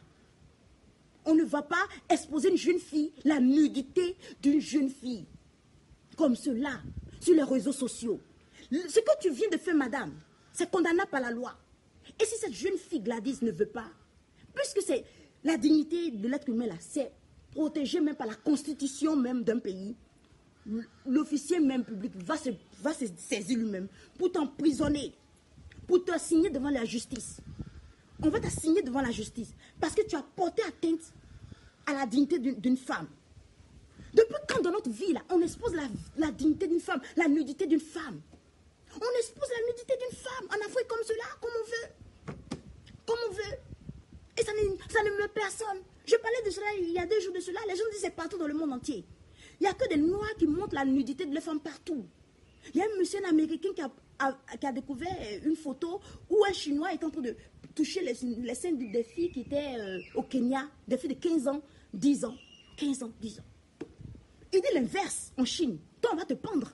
On ne va pas exposer une jeune fille, la nudité d'une jeune fille, comme cela, sur les réseaux sociaux. Ce que tu viens de faire, madame, c'est condamnable par la loi. Et si cette jeune fille, Gladys, ne veut pas, puisque c'est la dignité de l'être humain, là, c'est protégé même par la constitution même d'un pays, l'officier même public va se saisir lui-même pour t'emprisonner, pour t'assigner devant la justice. On va t'assigner devant la justice parce que tu as porté atteinte à la dignité d'une femme. Depuis quand dans notre vie, là, on expose la dignité d'une femme, la nudité d'une femme? On expose la nudité d'une femme en Afrique comme cela, comme on veut. Comme on veut. Et ça ne me personne. Je parlais de cela il y a 2 jours de cela. Les gens disent c'est partout dans le monde entier. Il n'y a que des Noirs qui montrent la nudité de les femmes partout. Il y a un monsieur américain qui a découvert une photo où un Chinois est en train de toucher les seins des filles qui étaient au Kenya, des filles de 15 ans, 10 ans, 15 ans, 10 ans. Il dit l'inverse en Chine. Toi, on va te pendre.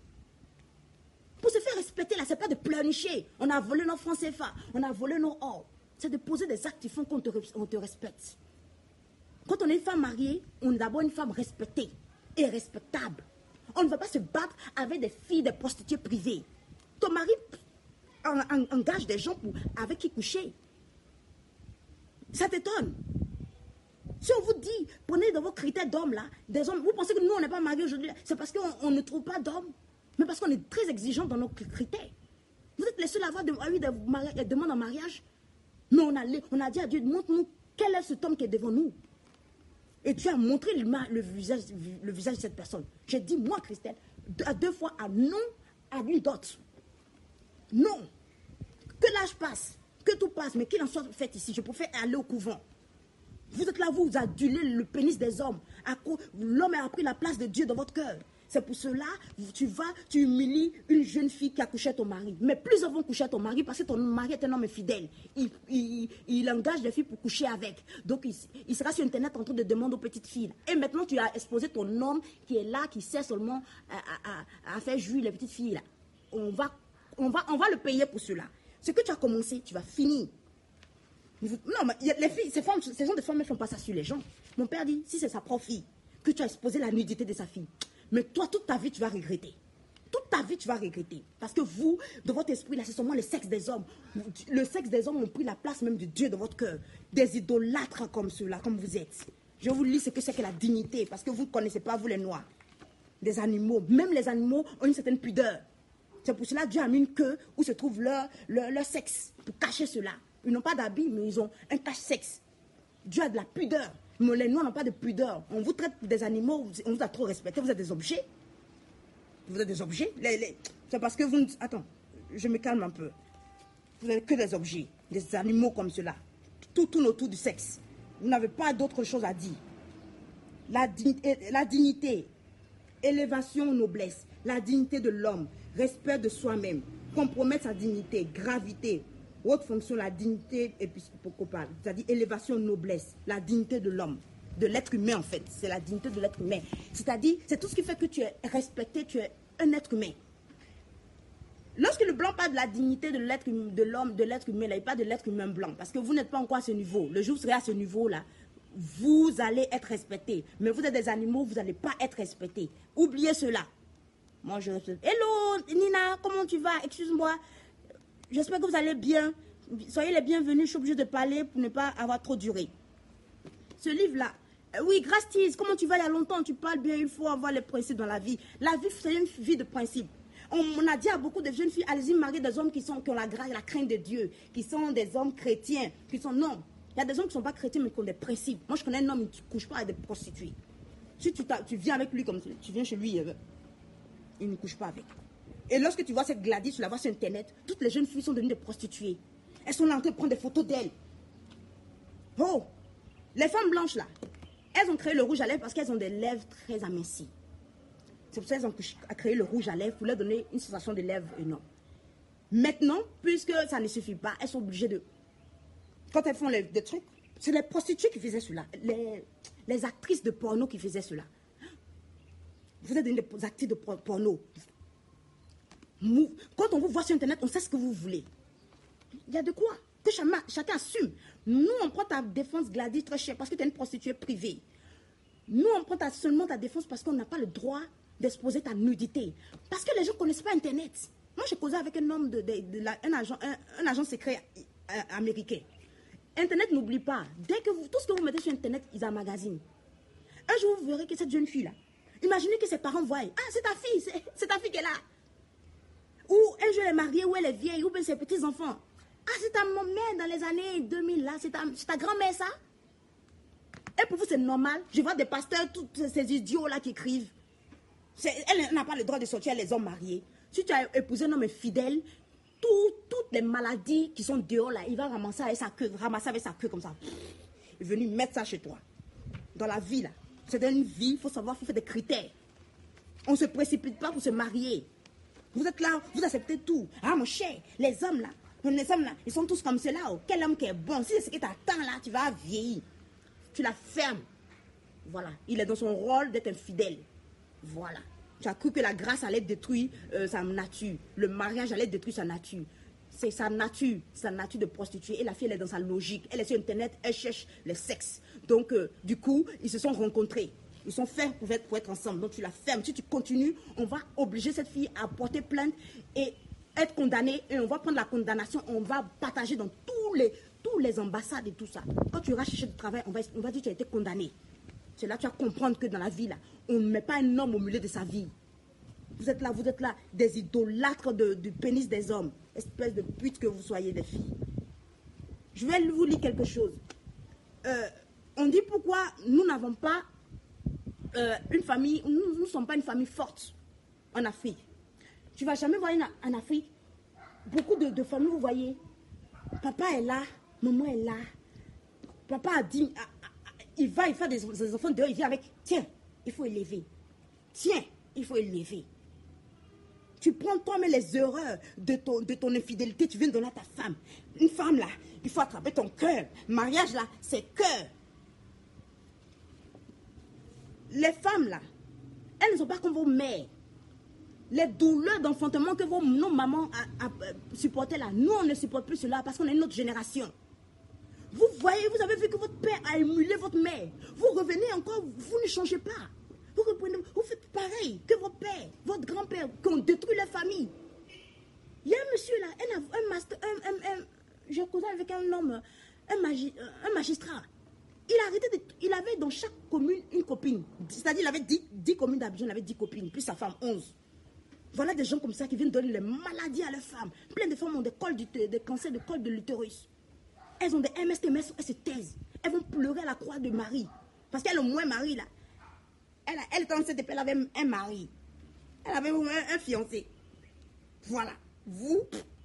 Pour se faire respecter, là, ce n'est pas de pleurnicher. On a volé nos francs CFA, on a volé nos or. C'est de poser des actes qui font qu'on te respecte. Quand on est une femme mariée, on est d'abord une femme respectée et respectable. On ne va pas se battre avec des filles, des prostituées privées. Ton mari engage des gens avec qui coucher. Ça t'étonne. Si on vous dit, prenez dans vos critères d'hommes là, des hommes, vous pensez que nous on n'est pas mariés aujourd'hui, c'est parce qu'on ne trouve pas d'hommes, mais parce qu'on est très exigeant dans nos critères. Vous êtes les seuls à avoir des demandes en mariage. Mais on a dit à Dieu, montre-nous quel est cet homme qui est devant nous. Et tu as montré le visage de cette personne. J'ai dit, moi, Christelle, à 2 fois, à non, à une d'autre. Non. Que l'âge passe, que tout passe, mais qu'il en soit fait ici. Je préfère aller au couvent. Vous êtes là, vous adulez le pénis des hommes. L'homme a pris la place de Dieu dans votre cœur. C'est pour cela, tu humilies une jeune fille qui a couché à ton mari. Mais plusieurs vont coucher à ton mari parce que ton mari est un homme fidèle. Il engage des filles pour coucher avec. Donc, il sera sur Internet en train de demander aux petites filles. Et maintenant, tu as exposé ton homme qui est là, qui sert seulement à faire jouir les petites filles. Là. On va le payer pour cela. Ce que tu as commencé, tu vas finir. Non, mais les filles, ces gens de femmes ne font pas ça sur les gens. Mon père dit, si c'est sa propre fille, que tu as exposé la nudité de sa fille, mais toi, toute ta vie, tu vas regretter. Toute ta vie, tu vas regretter. Parce que vous, de votre esprit, là, c'est seulement le sexe des hommes. Le sexe des hommes ont pris la place même de Dieu dans votre cœur. Des idolâtres comme ceux-là, comme vous êtes. Je vous lis ce que c'est que la dignité, parce que vous ne connaissez pas, vous les Noirs. Des animaux. Même les animaux ont une certaine pudeur. C'est pour cela que Dieu a mis une queue où se trouve leur sexe, pour cacher cela. Ils n'ont pas d'habit, mais ils ont un cache-sexe. Dieu a de la pudeur. Mais les Noirs n'ont pas de pudeur. On vous traite des animaux, on vous a trop respecté. Vous êtes des objets. Vous êtes des objets. C'est parce que vous... Attends, je me calme un peu. Vous n'êtes que des objets. Des animaux comme cela. Tout tourne autour du sexe. Vous n'avez pas d'autre chose à dire. La dignité, élévation, noblesse, la dignité de l'homme, respect de soi-même, compromettre sa dignité, gravité, haute fonction, la dignité épiscopale, c'est-à-dire élévation, noblesse, la dignité de l'homme, de l'être humain en fait, c'est la dignité de l'être humain. C'est-à-dire, c'est tout ce qui fait que tu es respecté, tu es un être humain. Lorsque le blanc parle de la dignité de l'homme, de l'être humain, là, il parle de l'être humain blanc, parce que vous n'êtes pas encore à ce niveau. Le jour où vous serez à ce niveau-là, vous allez être respecté. Mais vous êtes des animaux, vous n'allez pas être respecté. Oubliez cela. Moi, je respecte. Hello, Nina, comment tu vas? Excuse-moi. J'espère que vous allez bien. Soyez les bienvenus. Je suis obligée de parler pour ne pas avoir trop duré. Ce livre-là, oui, Grastis, comment tu vas? Il y a longtemps, tu parles bien. Il faut avoir les principes dans la vie. La vie, c'est une vie de principes. On a dit à beaucoup de jeunes filles, allez-y, mariez des hommes qui ont la grâce et la crainte de Dieu, qui sont des hommes chrétiens, non. Il y a des hommes qui ne sont pas chrétiens, mais qui ont des principes. Moi, je connais un homme qui ne couche pas avec des prostituées. Si tu viens avec lui comme tu viens chez lui, il ne couche pas avec. Et lorsque tu vois cette Gladys, tu la vois sur Internet, toutes les jeunes filles sont devenues des prostituées. Elles sont là en train de prendre des photos d'elles. Oh, les femmes blanches là, elles ont créé le rouge à lèvres parce qu'elles ont des lèvres très amincies. C'est pour ça qu'elles ont créé le rouge à lèvres pour leur donner une sensation de lèvres énorme. Maintenant, puisque ça ne suffit pas, elles sont obligées de... Quand elles font des trucs, c'est les prostituées qui faisaient cela. Les actrices de porno qui faisaient cela. Vous êtes des actrices de porno. Quand on vous voit sur Internet, on sait ce que vous voulez. Il y a de quoi. Que chacun assume. Nous, on prend ta défense, Gladys, très cher, parce que tu es une prostituée privée. Nous, on prend seulement ta défense parce qu'on n'a pas le droit d'exposer ta nudité. Parce que les gens ne connaissent pas Internet. Moi, j'ai causé avec un homme, un agent secret américain. Internet, n'oublie pas. Dès que tout ce que vous mettez sur Internet, ils emmagasinent. Un jour, vous verrez que cette jeune fille-là, imaginez que ses parents voient. Ah, c'est ta fille qui est là. Ou un jour, elle est mariée, ou elle est vieille, ou bien ses petits-enfants. Ah, c'est ta mère dans les années 2000, là. C'est ta grand-mère, ça. Et pour vous, c'est normal. Je vois des pasteurs, tous ces idiots-là qui écrivent. Elle n'a pas le droit de sortir les hommes mariés. Si tu as épousé un homme infidèle, toutes les maladies qui sont dehors, là, il va ramasser avec sa queue comme ça. Il est venu mettre ça chez toi. Dans la vie, là. C'est une vie, il faut savoir, il faut faire des critères. On ne se précipite pas pour se marier. Vous êtes là, vous acceptez tout. Ah, mon cher, les hommes, là, ils sont tous comme cela. Oh. Quel homme qui est bon. Si c'est ce qui t'attend, là, tu vas vieillir. Tu la fermes. Voilà. Il est dans son rôle d'être infidèle. Voilà. Tu as cru que la grâce allait détruire sa nature. Le mariage allait détruire sa nature. C'est sa nature de prostituée. Et la fille, elle est dans sa logique. Elle est sur Internet, elle cherche le sexe. Donc, du coup, ils se sont rencontrés. Ils sont faits pour être ensemble. Donc, tu la fermes. Si tu continues, on va obliger cette fille à porter plainte et être condamnée. Et on va prendre la condamnation. On va partager dans tous les ambassades et tout ça. Quand tu iras chercher du travail, on va dire que tu as été condamné. C'est là que tu vas comprendre que dans la vie, là, on ne met pas un homme au milieu de sa vie. Vous êtes là, des idolâtres du pénis des hommes. Espèce de pute que vous soyez, des filles. Je vais vous lire quelque chose. On dit pourquoi nous n'avons pas une famille, nous ne sommes pas une famille forte en Afrique. Tu ne vas jamais voir en Afrique, beaucoup de familles, vous voyez, papa est là, maman est là, papa a dit, il fait des enfants dehors, il vient avec, tiens, il faut élever. Tiens, il faut élever. Tu prends toi-même les erreurs de ton infidélité, tu viens donner à ta femme. Une femme là, il faut attraper ton cœur. Mariage là, c'est cœur. Les femmes là, elles ne sont pas comme vos mères. Les douleurs d'enfantement que nos mamans supportaient là, nous on ne supporte plus cela parce qu'on est une autre génération. Vous voyez, vous avez vu que votre père a émulé votre mère. Vous revenez encore, vous ne changez pas. Vous faites pareil que vos pères, votre grand-père, qui ont détruit la famille. Il y a un monsieur là, j'ai causé avec un homme, un magistrat. Il avait dans chaque commune une copine. C'est-à-dire, il avait 10 communes d'Abidjan, il avait 10 copines, plus sa femme, 11. Voilà des gens comme ça qui viennent donner les maladies à leurs femmes. Plein de femmes ont des cancers de col de l'utérus. Elles ont des MS, elles se taisent. Elles vont pleurer à la croix de Marie. Parce qu'elle a au moins mari là. Elle était enceinte et elle avait un mari. Elle avait un fiancé. Voilà. Vous,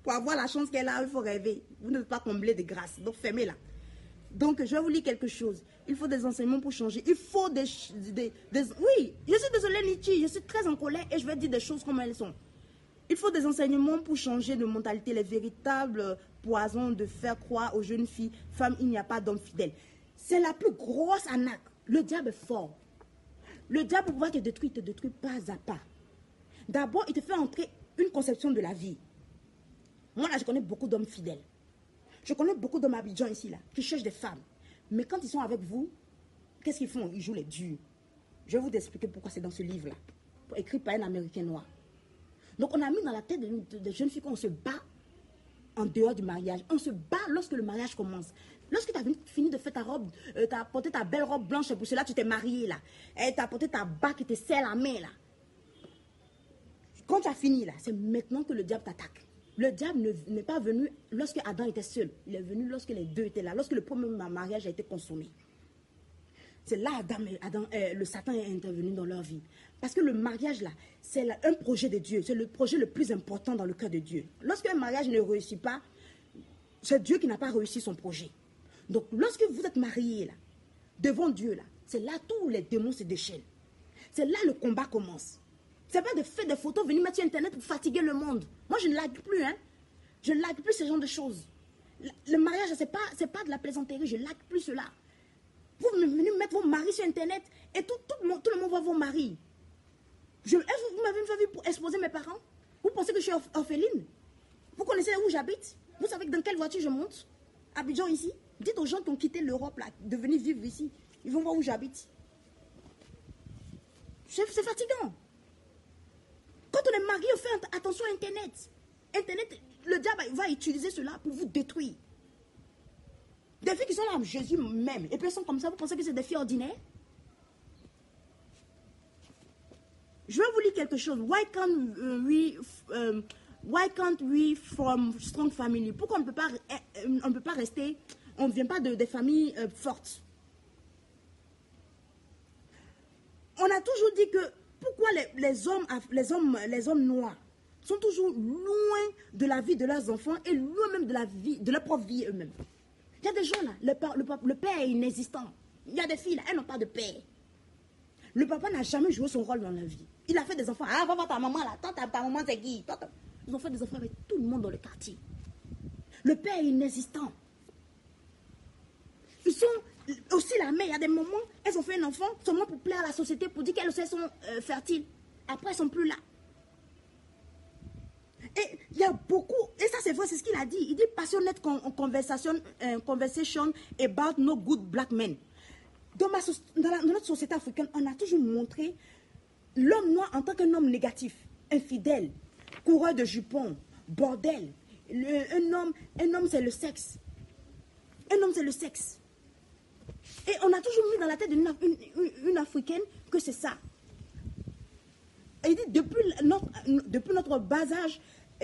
Pour avoir la chance qu'elle a, il faut rêver. Vous n'êtes pas comblé de grâce. Donc, fermez-la. Donc, je vais vous lire quelque chose. Il faut des enseignements pour changer. Il faut des... Oui, je suis désolée, Nietzsche. Je suis très en colère et je vais dire des choses comme elles sont. Il faut des enseignements pour changer de mentalité. Les véritables poisons de faire croire aux jeunes filles, femmes, il n'y a pas d'homme fidèle. C'est la plus grosse arnaque. Le diable est fort. Le diable, pour pouvoir te détruire, il te détruit pas à pas. D'abord, il te fait entrer une conception de la vie. Moi, là, je connais beaucoup d'hommes fidèles. Je connais beaucoup d'hommes Abidjan ici, là, qui cherchent des femmes. Mais quand ils sont avec vous, qu'est-ce qu'ils font? Ils jouent les durs. Je vais vous expliquer pourquoi c'est dans ce livre-là. Écrit par un Américain noir. Donc, on a mis dans la tête des jeunes filles qu'on se bat en dehors du mariage. On se bat lorsque le mariage commence. Lorsque tu as fini de faire ta robe, tu as apporté ta belle robe blanche, et pour cela, tu t'es mariée, là. Et tu as apporté ta bague qui te serre la main, là. Quand tu as fini, là, c'est maintenant que le diable t'attaque. Le diable n'est pas venu lorsque Adam était seul. Il est venu lorsque les deux étaient là, lorsque le premier mariage a été consommé. C'est là le Satan est intervenu dans leur vie. Parce que le mariage, là, c'est un projet de Dieu. C'est le projet le plus important dans le cœur de Dieu. Lorsqu'un mariage ne réussit pas, c'est Dieu qui n'a pas réussi son projet. Donc, lorsque vous êtes mariés, là, devant Dieu, là, c'est là tous les démons se déchaînent. C'est là le combat commence. C'est pas de faire des photos, venir mettre sur Internet pour fatiguer le monde. Moi, je ne like plus, hein. Je ne like plus ce genre de choses. Le mariage, c'est pas de la plaisanterie. Je ne like plus cela. Vous venez mettre vos maris sur Internet et tout le monde voit vos maris. Vous m'avez vu pour exposer mes parents? Vous pensez que je suis orpheline? Vous connaissez où j'habite? Vous savez dans quelle voiture je monte? Abidjan ici? Dites aux gens qui ont quitté l'Europe là, de venir vivre ici. Ils vont voir où j'habite. C'est fatigant. Quand on est marié, on fait attention à Internet. Internet, le diable va utiliser cela pour vous détruire. Des filles qui sont là, Jésus même, et puis elles sont comme ça, vous pensez que c'est des filles ordinaires? Je vais vous lire quelque chose. Why can't we from strong family? Pourquoi on ne peut pas rester, on ne vient pas des familles fortes? On a toujours dit que pourquoi les hommes noirs sont toujours loin de la vie de leurs enfants et loin même de leur propre vie eux-mêmes. Il y a des gens là, le père est inexistant. Il y a des filles là, elles n'ont pas de père. Le papa n'a jamais joué son rôle dans la vie. Il a fait des enfants. Ah, va voir ta maman là. Ta maman c'est qui? Ils ont fait des enfants avec tout le monde dans le quartier. Le père est inexistant. Ils sont aussi la mère. Il y a des moments, elles ont fait un enfant seulement pour plaire à la société, pour dire qu'elles aussi sont fertiles. Après, elles ne sont plus là. Et il y a beaucoup, et ça c'est vrai, c'est ce qu'il a dit. Il dit passionate conversation about no good black men. Dans notre société africaine, on a toujours montré l'homme noir en tant qu'un homme négatif, infidèle, coureur de jupons, bordel. Un homme c'est le sexe. Un homme c'est le sexe. Et on a toujours mis dans la tête d'une Africaine que c'est ça. Et il dit, depuis notre bas âge,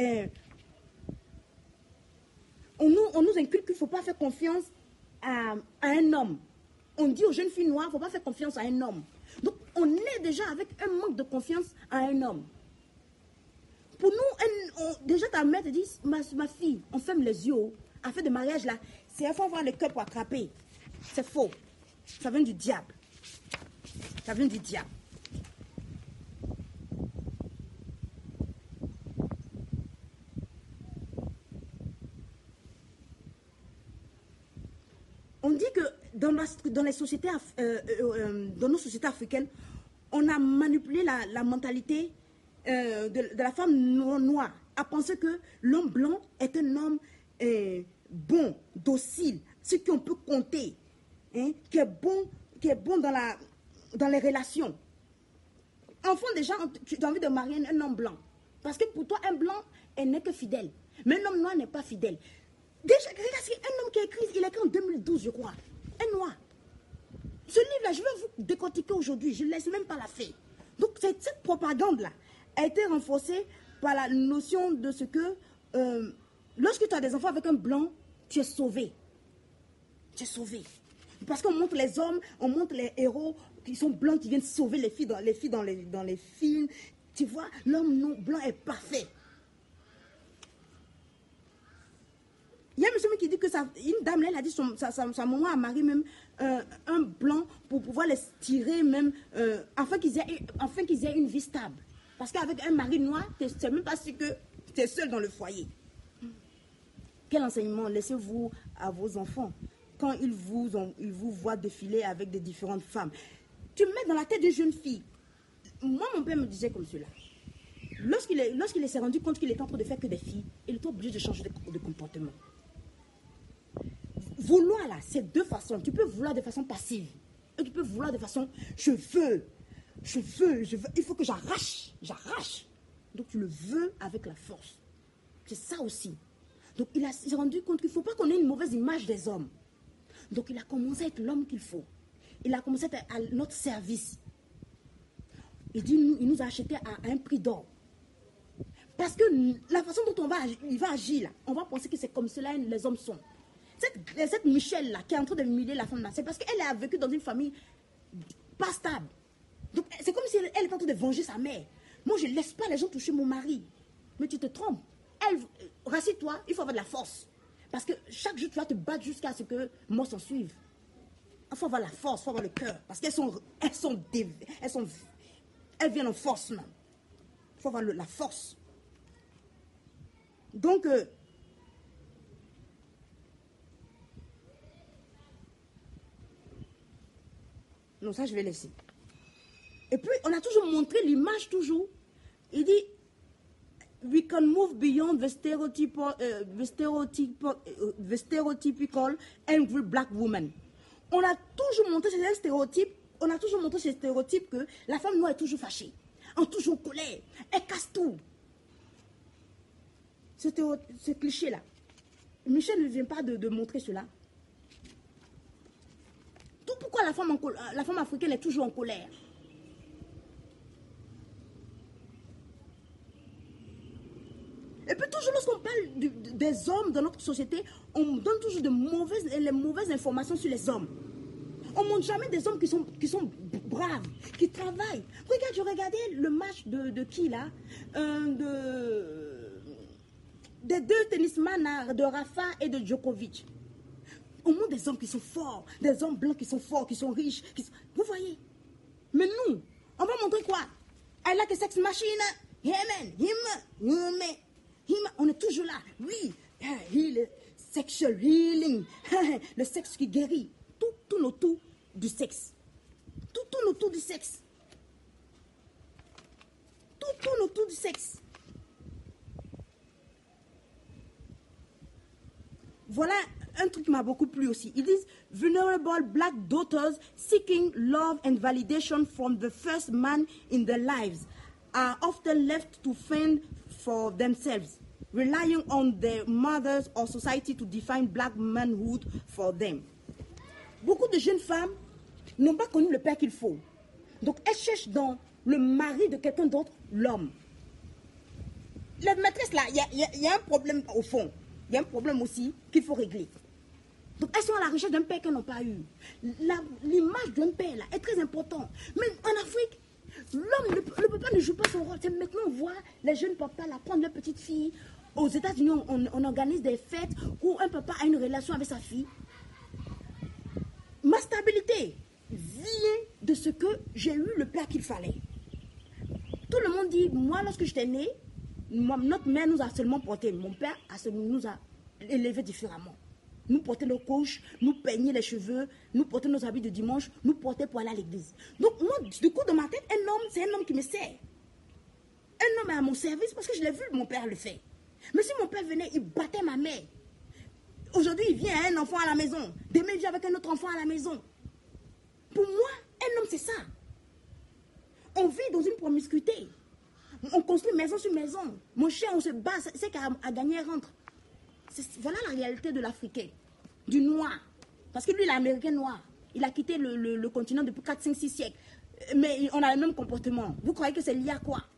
on nous inculque qu'il ne faut pas faire confiance à un homme. On dit aux jeunes filles noires, il ne faut pas faire confiance à un homme. Donc, on est déjà avec un manque de confiance à un homme. Pour nous, déjà ta mère te dit, ma fille, on ferme les yeux, afin de mariage là, c'est il faut avoir le cœur pour attraper. C'est faux. Ça vient du diable. Ça vient du diable. On dit que dans nos sociétés africaines, on a manipulé la mentalité de la femme noire à penser que l'homme blanc est un homme bon, docile, ce qu'on peut compter, hein, qui est bon dans les relations. Enfant, déjà, tu as envie de marier un homme blanc. Parce que pour toi, un blanc n'est que fidèle. Mais un homme noir n'est pas fidèle. Déjà, regarde, c'est un homme qui a écrit, il a écrit en 2012, je crois. Un noir. Ce livre-là, je vais vous décortiquer aujourd'hui. Je ne laisse même pas la faire. Donc, cette propagande-là a été renforcée par la notion de ce que lorsque tu as des enfants avec un blanc, tu es sauvé. Tu es sauvé. Parce qu'on montre les hommes, on montre les héros qui sont blancs, qui viennent sauver les filles dans les films. Tu vois, l'homme blanc est parfait. monsieur qui dit que une dame, là, elle a dit sa maman a marié même un blanc pour pouvoir les tirer même, afin qu'ils aient une vie stable. Parce qu'avec un mari noir, tu ne sais même pas si que tu es seul dans le foyer. Quel enseignement laissez-vous à vos enfants quand ils vous voient défiler avec des différentes femmes? Tu mets dans la tête d'une jeune fille. Moi, mon père me disait comme cela. Lorsqu'il s'est rendu compte qu'il était en train de faire que des filles, il était obligé de changer de comportement. Vouloir là, c'est deux façons. Tu peux vouloir de façon passive. Et tu peux vouloir de façon, je veux. Il faut que j'arrache. Donc tu le veux avec la force. C'est ça aussi. Donc il s'est rendu compte qu'il ne faut pas qu'on ait une mauvaise image des hommes. Donc il a commencé à être l'homme qu'il faut. Il a commencé à être à notre service. Il nous a achetés à un prix d'or. Parce que la façon dont il va agir, là, on va penser que c'est comme cela les hommes sont. Cette Michelle-là, qui est en train de humilier la femme-là, c'est parce qu'elle a vécu dans une famille pas stable. Donc, c'est comme si elle est en train de venger sa mère. Moi, je ne laisse pas les gens toucher mon mari. Mais tu te trompes. Rassure-toi, il faut avoir de la force. Parce que chaque jour, tu vas te battre jusqu'à ce que moi s'en suive. Il faut avoir la force, il faut avoir le cœur. Parce elles viennent en force, même. Il faut avoir la force. Donc, non, ça, je vais laisser. Et puis, on a toujours montré l'image, toujours. Il dit, we can move beyond the stereotypical angry black woman. On a toujours montré ces stéréotypes. On a toujours montré ces stéréotypes que la femme noire est toujours fâchée, toujours en colère, elle casse tout. Ce cliché-là. Michel ne vient pas de montrer cela. Tout pourquoi la femme africaine est toujours en colère. Et puis toujours lorsqu'on parle des hommes dans notre société, on donne toujours les mauvaises informations sur les hommes. On ne montre jamais des hommes qui sont braves, qui travaillent. Regarde, je regardais le match de qui là des deux tennisman de Rafa et de Djokovic. On montre des hommes qui sont forts, des hommes blancs qui sont forts, qui sont riches. Vous voyez? Mais nous, on va montrer quoi? I like a sex machine. Yeah, man. On est toujours là. Oui. Sexual healing. Le sexe qui guérit. Tout tourne autour du sexe. Tout tourne autour du sexe. Tout tourne autour du sexe. Voilà un truc qui m'a beaucoup plu aussi. Ils disent « Vulnerable black daughters seeking love and validation from the first man in their lives are often left to fend for themselves, relying on their mothers or society to define black manhood for them. » Beaucoup de jeunes femmes n'ont pas connu le père qu'il faut. Donc elles cherchent dans le mari de quelqu'un d'autre l'homme. Les maîtresses là, il y a un problème au fond. Il y a un problème aussi qu'il faut régler. Donc, elles sont à la recherche d'un père qu'elles n'ont pas eu. L'image d'un père, là, est très importante. Mais en Afrique, l'homme, le papa ne joue pas son rôle. C'est maintenant, on voit les jeunes papas là, prendre leur petite fille. Aux États-Unis, on organise des fêtes où un papa a une relation avec sa fille. Ma stabilité vient de ce que j'ai eu le père qu'il fallait. Tout le monde dit, moi, lorsque j'étais née, notre mère nous a seulement porté. Mon père nous a élevés différemment. Nous portait nos couches, nous peignait les cheveux, nous portait nos habits de dimanche, nous portait pour aller à l'église. Donc moi, du coup, dans ma tête, un homme, c'est un homme qui me sert. Un homme est à mon service parce que je l'ai vu mon père le faire. Mais si mon père venait, il battait ma mère. Aujourd'hui, il vient un enfant à la maison. Demain, il vient avec un autre enfant à la maison. Pour moi, un homme, c'est ça. On vit dans une promiscuité. On construit maison sur maison. Mon chien, on se bat, c'est qu'à gagner rentre. Voilà la réalité de l'Africain, du noir. Parce que lui, il est américain noir. Il a quitté le continent depuis 4, 5, 6 siècles. Mais on a le même comportement. Vous croyez que c'est lié à quoi?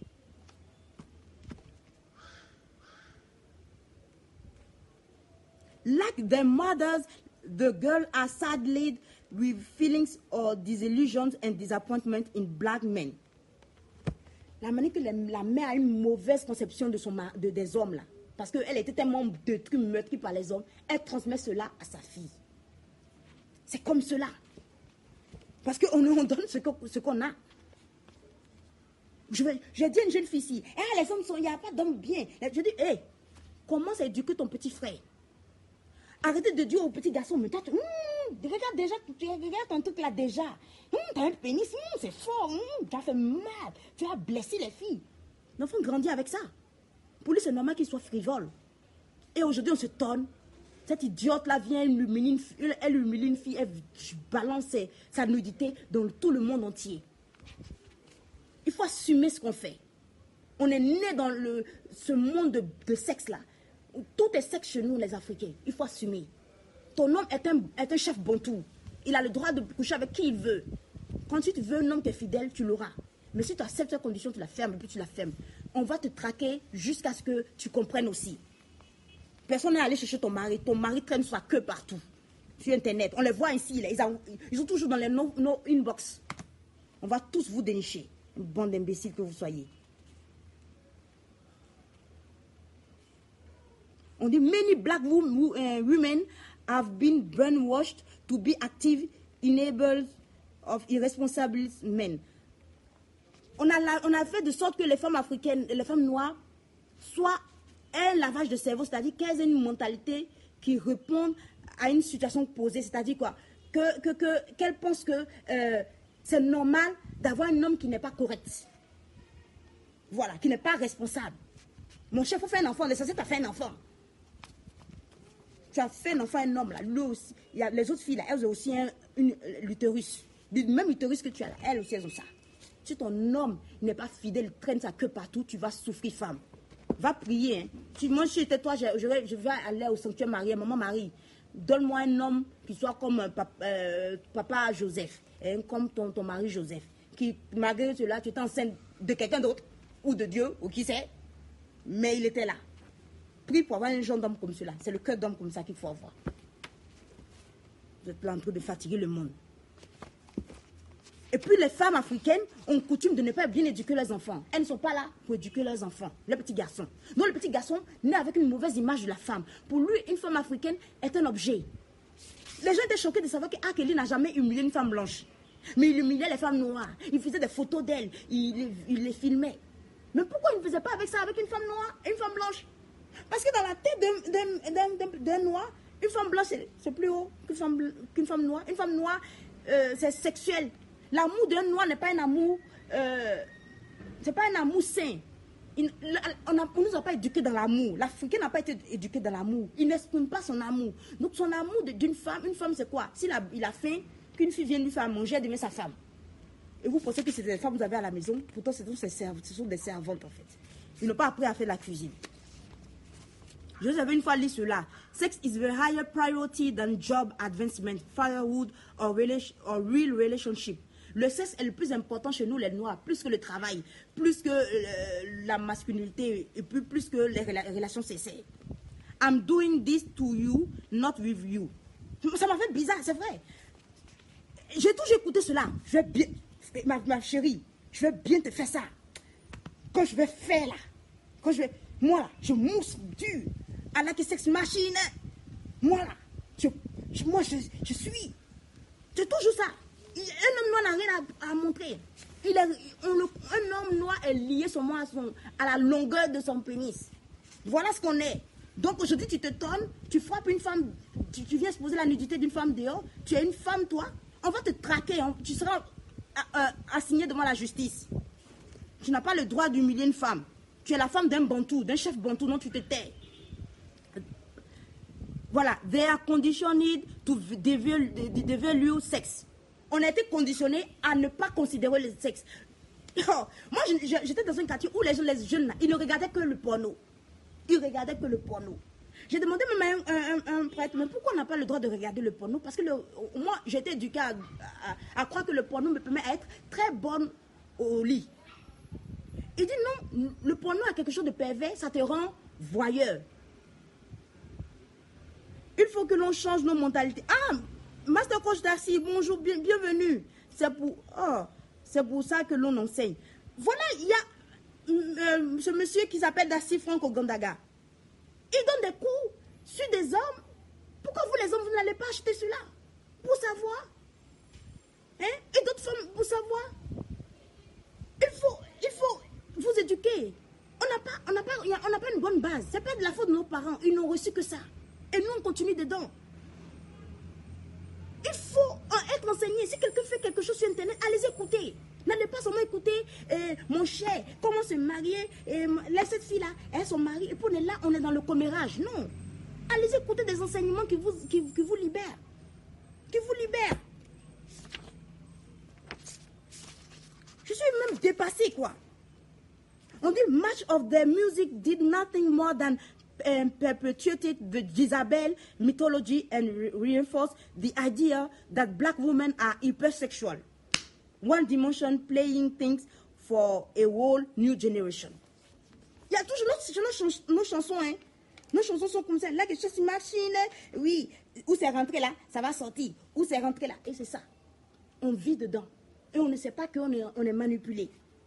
Like their mothers, the girls are saddened with feelings of disillusions and disappointment in black men. La manière que la mère a une mauvaise conception des hommes là. parce qu'elle était tellement détruite, meurtrie par les hommes, elle transmet cela à sa fille. C'est comme cela. Parce qu'on donne ce qu'on a. Je dis à une jeune fille ici, les hommes sont, il n'y a pas d'hommes bien. Je dis, commence à éduquer ton petit frère. Arrêtez de dire au petit garçon, mais toi, regarde déjà, tu regardes ton truc là déjà. Tu as un pénis, c'est fort, tu as fait mal, tu as blessé les filles. L'enfant grandit avec ça. Pour lui, c'est normal qu'il soit frivole. Et aujourd'hui, on se tonne. Cette idiote-là vient, elle humilie une fille, elle balance sa nudité dans tout le monde entier. Il faut assumer ce qu'on fait. On est né dans ce monde de sexe-là. Tout est sexe chez nous, les Africains. Il faut assumer. Ton homme est un chef bantou. Il a le droit de coucher avec qui il veut. Quand tu veux un homme qui est fidèle, tu l'auras. Mais si tu acceptes cette condition, tu la fermes, et puis tu la fermes. On va te traquer jusqu'à ce que tu comprennes aussi. Personne n'est allé chercher ton mari. Ton mari traîne sa queue partout. Sur Internet. On les voit ici. Ils sont toujours dans les no inbox. On va tous vous dénicher. Une bande d'imbéciles que vous soyez. On dit, many black women have been brainwashed to be active enablers of irresponsible men. On a fait de sorte que les femmes africaines, les femmes noires, soient un lavage de cerveau, c'est-à-dire qu'elles aient une mentalité qui répond à une situation posée, c'est-à-dire quoi, qu'elles pensent que c'est normal d'avoir un homme qui n'est pas correct. Voilà, qui n'est pas responsable. Mon chef, il faut faire un enfant, l'essentiel, tu as fait un enfant. Tu as fait un enfant, un homme, là. Lui aussi, il y a les autres filles, là, elles ont aussi l'utérus. Même l'utérus que tu as, là, elles aussi, elles ont ça. Si ton homme n'est pas fidèle, il traîne sa queue partout, tu vas souffrir, femme. Va prier. Hein. Si moi, si j'étais toi, je vais aller au sanctuaire Marie, maman Marie. Donne-moi un homme qui soit comme papa Joseph, hein, comme ton mari Joseph. Qui, malgré cela, tu étais enceinte de quelqu'un d'autre, ou de Dieu, ou qui sait. Mais il était là. Prie pour avoir un genre d'homme comme cela. C'est le cœur d'homme comme ça qu'il faut avoir. Vous êtes là en train de fatiguer le monde. Et puis les femmes africaines ont coutume de ne pas bien éduquer leurs enfants. Elles ne sont pas là pour éduquer leurs enfants, les petits garçons. Donc le petit garçon naît avec une mauvaise image de la femme. Pour lui, une femme africaine est un objet. Les gens étaient choqués de savoir que Kelly n'a jamais humilié une femme blanche. Mais il humiliait les femmes noires. Il faisait des photos d'elles. Il les filmait. Mais pourquoi il ne faisait pas avec ça avec une femme noire et une femme blanche? Parce que dans la tête d'un noir, une femme blanche, c'est plus haut qu'une femme noire. Une femme noire, c'est sexuel. L'amour d'un noir n'est pas un amour, c'est pas un amour sain. On ne nous a pas éduqués dans l'amour. L'Africain n'a pas été éduqué dans l'amour. Il n'exprime pas son amour. Donc son amour d'une femme, une femme c'est quoi? S'il a faim, qu'une fille vienne lui faire manger, elle devient sa femme. Et vous pensez que c'est des femmes que vous avez à la maison, pourtant ce sont des servantes en fait. Ils n'ont pas appris à faire la cuisine. Je vous avais une fois lu cela. Sex is a higher priority than job advancement, firewood or real relationship. Le sexe est le plus important chez nous, les Noirs, plus que le travail, plus que la masculinité, et plus que les relations sexuelles. I'm doing this to you, not with you. Ça m'a fait bizarre, c'est vrai. J'ai toujours écouté cela. Je vais bien, ma chérie, je vais bien te faire ça. Quand je vais faire là, moi là, je mousse dur. À la sexe machine, moi là, je suis. C'est toujours ça. Un homme noir n'a rien à montrer. Un homme noir est lié seulement à la longueur de son pénis. Voilà ce qu'on est. Donc aujourd'hui, tu te tonnes, tu frappes une femme, tu viens exposer la nudité d'une femme dehors, tu es une femme, toi, on va te traquer, tu seras assigné devant la justice. Tu n'as pas le droit d'humilier une femme. Tu es la femme d'un bantou, d'un chef bantou, non, tu te tais. Voilà, they are conditioned to devalue sex. On a été conditionné à ne pas considérer le sexe. Oh, moi, j'étais dans un quartier où les jeunes, là, ils ne regardaient que le porno. Ils regardaient que le porno. J'ai demandé même à un prêtre, mais pourquoi on n'a pas le droit de regarder le porno? Parce que moi, j'ai été éduquée à croire que le porno me permet d'être très bonne au lit. Il dit non, le porno a quelque chose de pervers, ça te rend voyeur. Il faut que l'on change nos mentalités. Ah, Master Coach Darcy, bonjour, bienvenue. C'est pour ça que l'on enseigne. Voilà, il y a ce monsieur qui s'appelle Darcy Franco Gandaga. Ils donnent des cours sur des hommes. Pourquoi vous les hommes, vous n'allez pas acheter cela? Pour savoir. Hein? Et d'autres femmes, pour savoir. Il faut vous éduquer. On n'a pas une bonne base. Ce n'est pas de la faute de nos parents. Ils n'ont reçu que ça. Et nous, on continue dedans. Il faut être enseigné. Si quelqu'un fait quelque chose sur Internet, allez écouter. N'allez pas seulement écouter mon cher, comment se marier. Cette fille-là, elle son mari. Et puis on est là, on est dans le commérage. Non. Allez écouter des enseignements qui vous libèrent. Qui vous libèrent. Je suis même dépassée, quoi. On dit, much of their music did nothing more than perpetuated the Jezebel mythology and reinforced the idea that black women are hypersexual. One dimension playing things for a whole new generation. Il y a toujours nos chansons, hein. Nos chansons sont comme ça. Là, quelque chose machine, oui. Où c'est rentré là, ça va sortir. Où c'est rentré là, et c'est ça. On vit dedans. Et on ne sait pas qu'on est manipulé.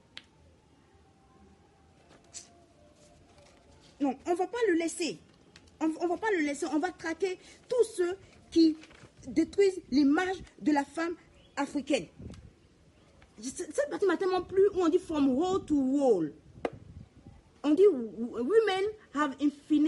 Non, on ne va pas le laisser. On ne va pas le laisser. On va traquer tous ceux qui détruisent l'image de la femme africaine. Cette partie m'a tellement plu où on dit from wall to wall. On dit women have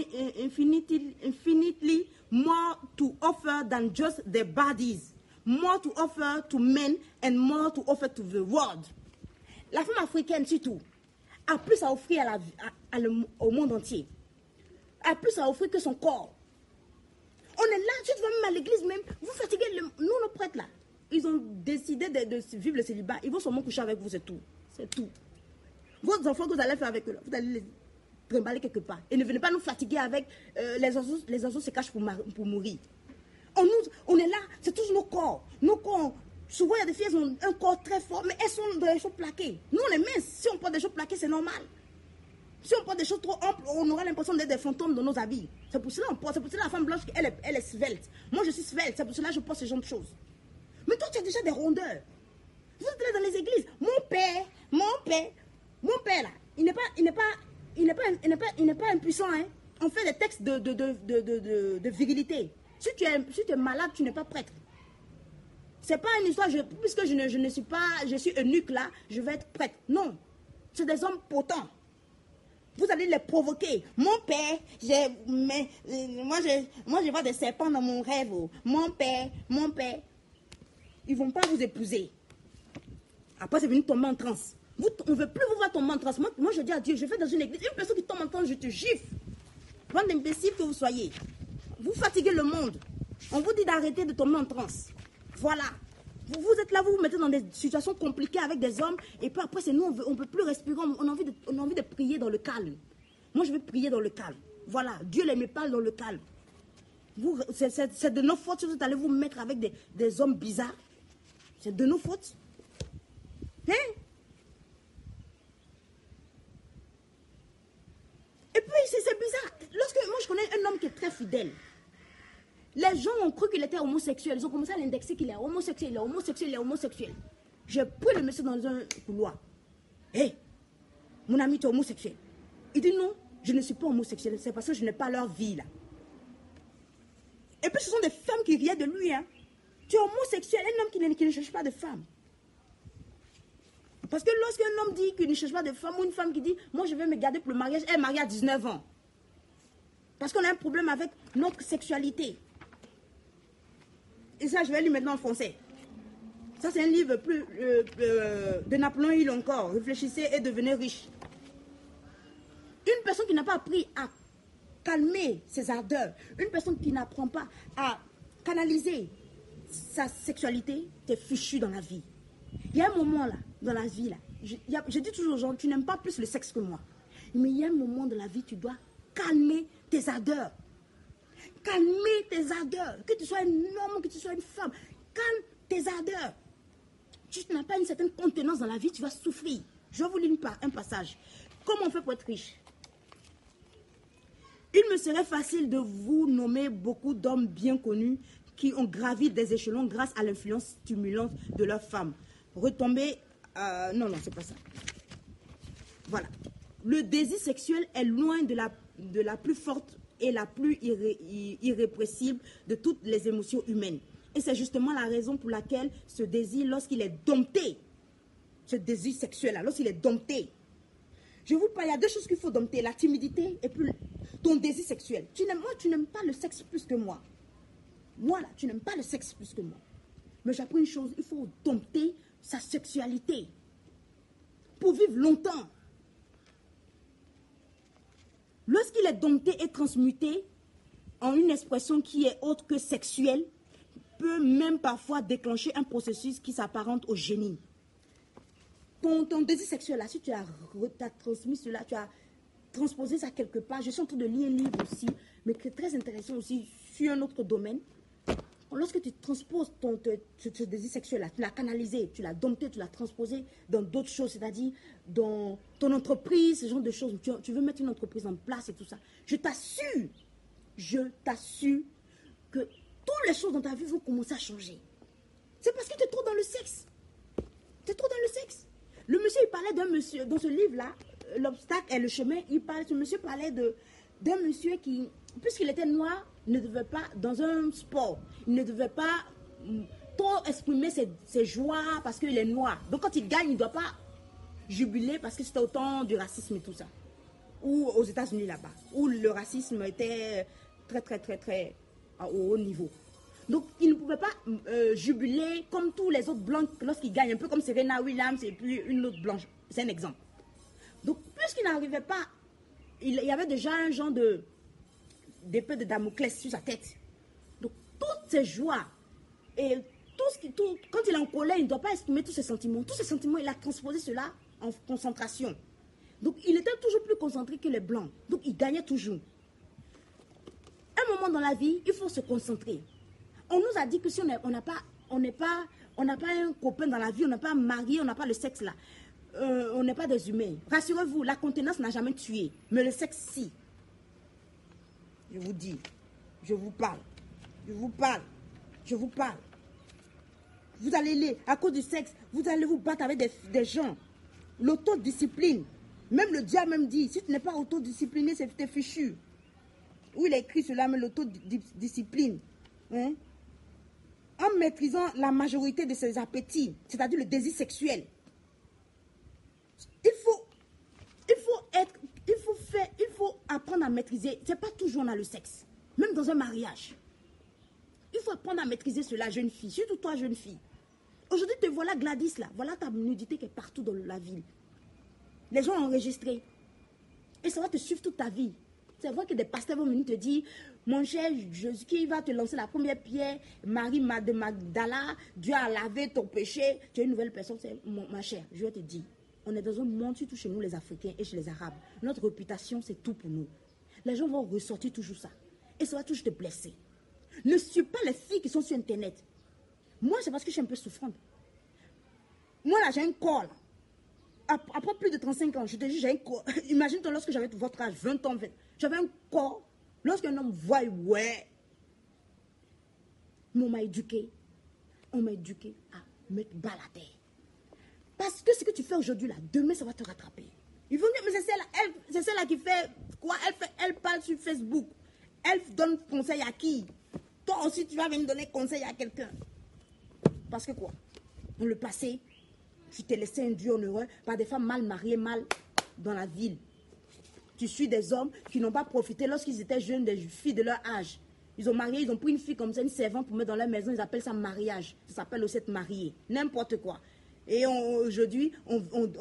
infinitely more to offer than just their bodies. More to offer to men and more to offer to the world. La femme africaine, surtout, a plus à offrir au monde entier. A plus à offrir que son corps. On est là, tu vas même à l'église même. Vous fatiguez, nous, nos prêtres là. Ils ont décidé de vivre le célibat. Ils vont seulement coucher avec vous, c'est tout. C'est tout. Vos enfants que vous allez faire avec eux, là, vous allez les trimballer quelque part. Et ne venez pas nous fatiguer avec les oiseaux se cachent pour mourir. On est là, c'est toujours nos corps. Nos corps. Souvent, il y a des filles, elles ont un corps très fort, mais elles sont dans des choses plaquées. Nous, on est minces. Si on porte des choses plaquées, c'est normal. Si on porte des choses trop amples, on aura l'impression d'être des fantômes dans nos habits. C'est pour cela qu'on porte. C'est pour cela la femme blanche, elle est svelte. Moi, je suis svelte. C'est pour cela que je porte ce genre de choses. Mais toi, tu as déjà des rondeurs. Vous êtes là dans les églises. Mon père là, il n'est pas impuissant. Hein. On fait des textes de virilité. Si tu es malade, tu n'es pas prêtre. C'est pas une histoire, puisque je ne suis pas, je suis eunuque là, je vais être prêtre. Non, c'est des hommes potents. Vous allez les provoquer. Mon père, moi je vois des serpents dans mon rêve. Mon père. Ils ne vont pas vous épouser. Après, c'est venu tomber en transe. On ne veut plus vous voir tomber en transe. Moi, je dis à Dieu, je vais dans une église, une personne qui tombe en transe, je te gifle. Bande d'imbéciles que vous soyez. Vous fatiguez le monde. On vous dit d'arrêter de tomber en transe. Voilà. Vous êtes là, vous vous mettez dans des situations compliquées avec des hommes. Et puis après, c'est nous, on ne peut plus respirer. On a envie de prier dans le calme. Moi, je vais prier dans le calme. Voilà. Dieu les met pas dans le calme. C'est de nos fautes si vous allez vous mettre avec des hommes bizarres. C'est de nos fautes. Hein? Et puis, c'est bizarre. Moi, je connais un homme qui est très fidèle. Les gens ont cru qu'il était homosexuel. Ils ont commencé à l'indexer qu'il est homosexuel. J'ai pris le monsieur dans un couloir. Hé, mon ami, tu es homosexuel. Il dit non, je ne suis pas homosexuel. C'est parce que je n'ai pas leur vie là. Et puis, ce sont des femmes qui riaient de lui. Hein. Tu es homosexuel, un homme qui ne cherche pas de femme. Parce que lorsqu'un homme dit qu'il ne cherche pas de femme, ou une femme qui dit, moi je vais me garder pour le mariage, elle est mariée à 19 ans. Parce qu'on a un problème avec notre sexualité. Et ça, je vais lire maintenant en français. Ça, c'est un livre de Napoléon Hill encore. Réfléchissez et devenez riche. Une personne qui n'a pas appris à calmer ses ardeurs, une personne qui n'apprend pas à canaliser sa sexualité, t'es fichu dans la vie. Il y a un moment là, dans la vie là, je dis toujours aux gens, tu n'aimes pas plus le sexe que moi. Mais il y a un moment de la vie, tu dois calmer tes ardeurs. Calmer tes ardeurs. Que tu sois un homme, que tu sois une femme, calme tes ardeurs. Si tu n'as pas une certaine contenance dans la vie, tu vas souffrir. Je vais vous lire un passage. Comment on fait pour être riche? Il me serait facile de vous nommer beaucoup d'hommes bien connus qui ont gravi des échelons grâce à l'influence stimulante de leurs femmes. Retomber... non, c'est pas ça. Voilà. Le désir sexuel est loin de la plus forte et la plus irrépressible de toutes les émotions humaines. Et c'est justement la raison pour laquelle ce désir, lorsqu'il est dompté, ce désir sexuel-là, lorsqu'il est dompté, je vous parle, il y a deux choses qu'il faut dompter, la timidité et puis ton désir sexuel. Moi, tu n'aimes pas le sexe plus que moi. Moi, là, tu n'aimes pas le sexe plus que moi. Mais j'ai appris une chose, il faut dompter sa sexualité pour vivre longtemps. Lorsqu'il est dompté et transmuté en une expression qui est autre que sexuelle, peut même parfois déclencher un processus qui s'apparente au génie. Ton désir sexuel, là, si tu as transmis cela, tu as transposé ça quelque part, je suis en train de lire un livre aussi, mais qui est très intéressant aussi sur un autre domaine. Lorsque tu transposes ce désir sexuel-là, tu l'as canalisé, tu l'as dompté, tu l'as transposé dans d'autres choses, c'est-à-dire dans ton entreprise, ce genre de choses. Tu veux mettre une entreprise en place et tout ça. Je t'assure que toutes les choses dans ta vie vont commencer à changer. C'est parce que tu es trop dans le sexe. Tu es trop dans le sexe. Le monsieur, il parlait d'un monsieur, dans ce livre-là, L'obstacle et le chemin, ce monsieur parlait d'un monsieur qui, puisqu'il était noir, ne devait pas, dans un sport, il ne devait pas trop exprimer ses joies parce qu'il est noir. Donc quand il gagne, il ne doit pas jubiler parce que c'était au temps du racisme et tout ça. Ou aux États-Unis là-bas, où le racisme était très à haut niveau. Donc il ne pouvait pas jubiler comme tous les autres blancs lorsqu'ils gagnent, un peu comme Serena Williams et puis une autre blanche. C'est un exemple. Donc puisqu'il n'arrivait pas, il y avait déjà un genre d'épée de Damoclès sur sa tête. Donc toutes ces joies et quand il est en colère, il ne doit pas exprimer tous ses sentiments. Tous ses sentiments, il a transposé cela en concentration. Donc il était toujours plus concentré que les blancs. Donc il gagnait toujours. Un moment dans la vie, il faut se concentrer. On nous a dit que si on n'a pas un copain dans la vie, on n'a pas marié, on n'a pas le sexe là, on n'est pas des humains. Rassurez-vous, la contenance n'a jamais tué, mais le sexe si. Je vous dis, je vous parle. Vous allez, à cause du sexe, vous allez vous battre avec des gens. L'autodiscipline. Même le diable même dit, si tu n'es pas autodiscipliné, c'est t'es fichu. Où il a écrit cela, mais l'autodiscipline. Hein? En maîtrisant la majorité de ses appétits, c'est-à-dire le désir sexuel. Il faut apprendre à maîtriser. C'est pas toujours on a le sexe. Même dans un mariage. Il faut apprendre à maîtriser cela, jeune fille. Surtout toi, jeune fille. Aujourd'hui, te voilà Gladys là. Voilà ta nudité qui est partout dans la ville. Les gens ont enregistré. Et ça va te suivre toute ta vie. C'est vrai que des pasteurs vont venir te dire, mon cher Jésus qui va te lancer la première pierre, Marie de Magdala, Dieu a lavé ton péché, tu es une nouvelle personne. Ma chère, je vais te dire, on est dans un monde, surtout chez nous les Africains et chez les Arabes. Notre réputation, c'est tout pour nous. Les gens vont ressortir toujours ça. Et ça va toujours te blesser. Ne suis pas les filles qui sont sur Internet. Moi, c'est parce que je suis un peu souffrante. Moi, là, j'ai un corps, là. Après plus de 35 ans, je te dis, j'ai un corps. Imagine-toi lorsque j'avais votre âge, 20 ans, 20. J'avais un corps. Lorsqu'un homme voit, ouais. Mais on m'a éduqué à me balader. Parce que ce que tu fais aujourd'hui, là, demain, ça va te rattraper. Il vaut mieux, mais c'est celle-là qui fait quoi? Elle parle sur Facebook. Elle donne conseil à qui? Toi aussi, tu vas venir donner conseil à quelqu'un. Parce que quoi? Dans le passé, tu t'es laissé induire en erreur par des femmes mal mariées, mal dans la ville. Tu suis des hommes qui n'ont pas profité lorsqu'ils étaient jeunes, des filles de leur âge. Ils ont marié, ils ont pris une fille comme ça, une servante pour mettre dans leur maison, ils appellent ça mariage. Ça s'appelle aussi être marié. N'importe quoi. Et aujourd'hui, on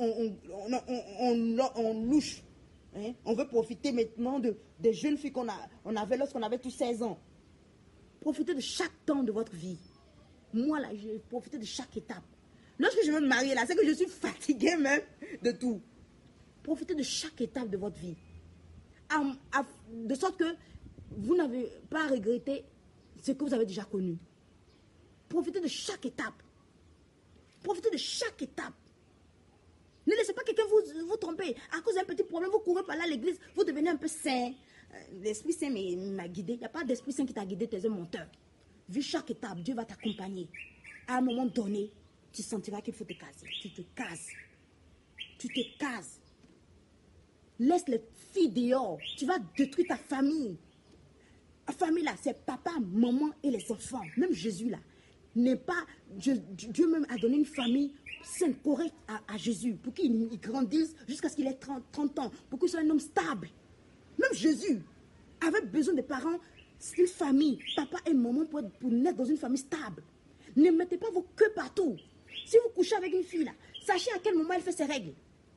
louche. Hein? On veut profiter maintenant des jeunes filles qu'on avait lorsqu'on avait tous 16 ans. Profitez de chaque temps de votre vie. Moi, là, j'ai profité de chaque étape. Lorsque je veux me marier, là, c'est que je suis fatiguée même de tout. Profitez de chaque étape de votre vie. De sorte que vous n'avez pas à regretter ce que vous avez déjà connu. Profitez de chaque étape. Profitez de chaque étape. Ne laissez pas quelqu'un vous tromper. À cause d'un petit problème, vous courez par là à l'église, vous devenez un peu saint. L'Esprit Saint m'a guidé. Il n'y a pas d'Esprit Saint qui t'a guidé, tu es un menteur. Vu chaque étape, Dieu va t'accompagner. À un moment donné, tu sentiras qu'il faut te caser. Tu te cases. Tu te cases. Laisse les filles dehors. Tu vas détruire ta famille. La famille là, c'est papa, maman et les enfants. Même Jésus là, n'est pas... Dieu même a donné une famille saine, correcte à Jésus, pour qu'il grandisse jusqu'à ce qu'il ait 30 ans, pour qu'il soit un homme stable. Même Jésus avait besoin des parents, une famille, papa et maman pour naître dans une famille stable. Ne mettez pas vos queues partout. Si vous couchez avec une fille là, sachez à quel moment elle fait ses règles.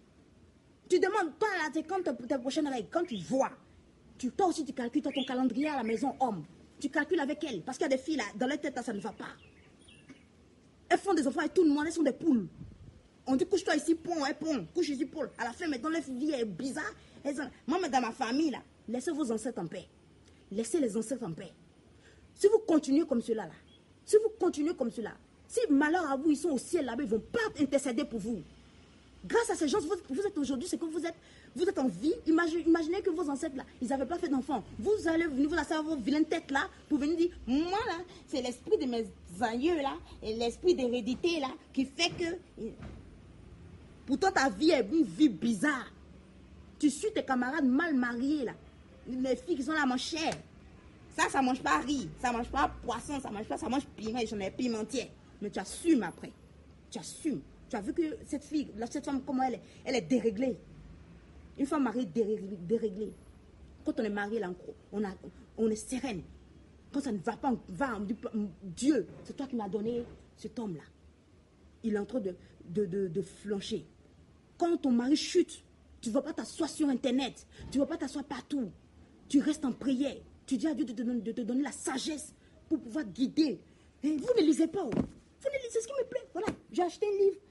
Tu demandes, toi là, c'est quand tes prochaines règles, quand tu vois, toi aussi tu calcules ton calendrier à la maison, homme. Tu calcules avec elle, parce qu'il y a des filles là, dans leur tête là, ça ne va pas. Elles font des enfants avec tout le monde, elles sont des poules. On dit couche-toi ici, pont, couche ici, pont. À la fin, maintenant, leur vie est bizarre. Moi, dans ma famille, là, laissez vos ancêtres en paix. Laissez les ancêtres en paix. Si vous continuez comme cela, là, si malheur à vous, ils sont au ciel là-bas, ils ne vont pas intercéder pour vous. Grâce à ces gens, vous êtes aujourd'hui, c'est que vous êtes en vie. Imaginez que vos ancêtres là, ils n'avaient pas fait d'enfants. Vous allez venir, vous asseoir vos vilaines têtes là, pour venir dire, moi là, c'est l'esprit de mes aïeux là, et l'esprit d'hérédité là, qui fait que... Pourtant ta vie est une vie bizarre. Tu suis tes camarades mal mariés là, les filles qui sont là mangent cher. Ça mange pas riz, ça mange pas poisson, ça mange piment, j'en ai pimentier. Mais tu assumes après, tu assumes. Tu as vu que cette femme, comment elle est déréglée. Une femme mariée déréglée. Quand on est marié, là, on est sereine. Quand ça ne va pas, on dit, Dieu, c'est toi qui m'as donné cet homme-là. Il est en train de flancher. Quand ton mari chute, tu ne vas pas t'asseoir sur Internet. Tu ne vas pas t'asseoir partout. Tu restes en prière. Tu dis à Dieu de te donner la sagesse pour pouvoir guider. Et vous ne lisez pas. Vous ne lisez ce qui me plaît. Voilà, j'ai acheté un livre.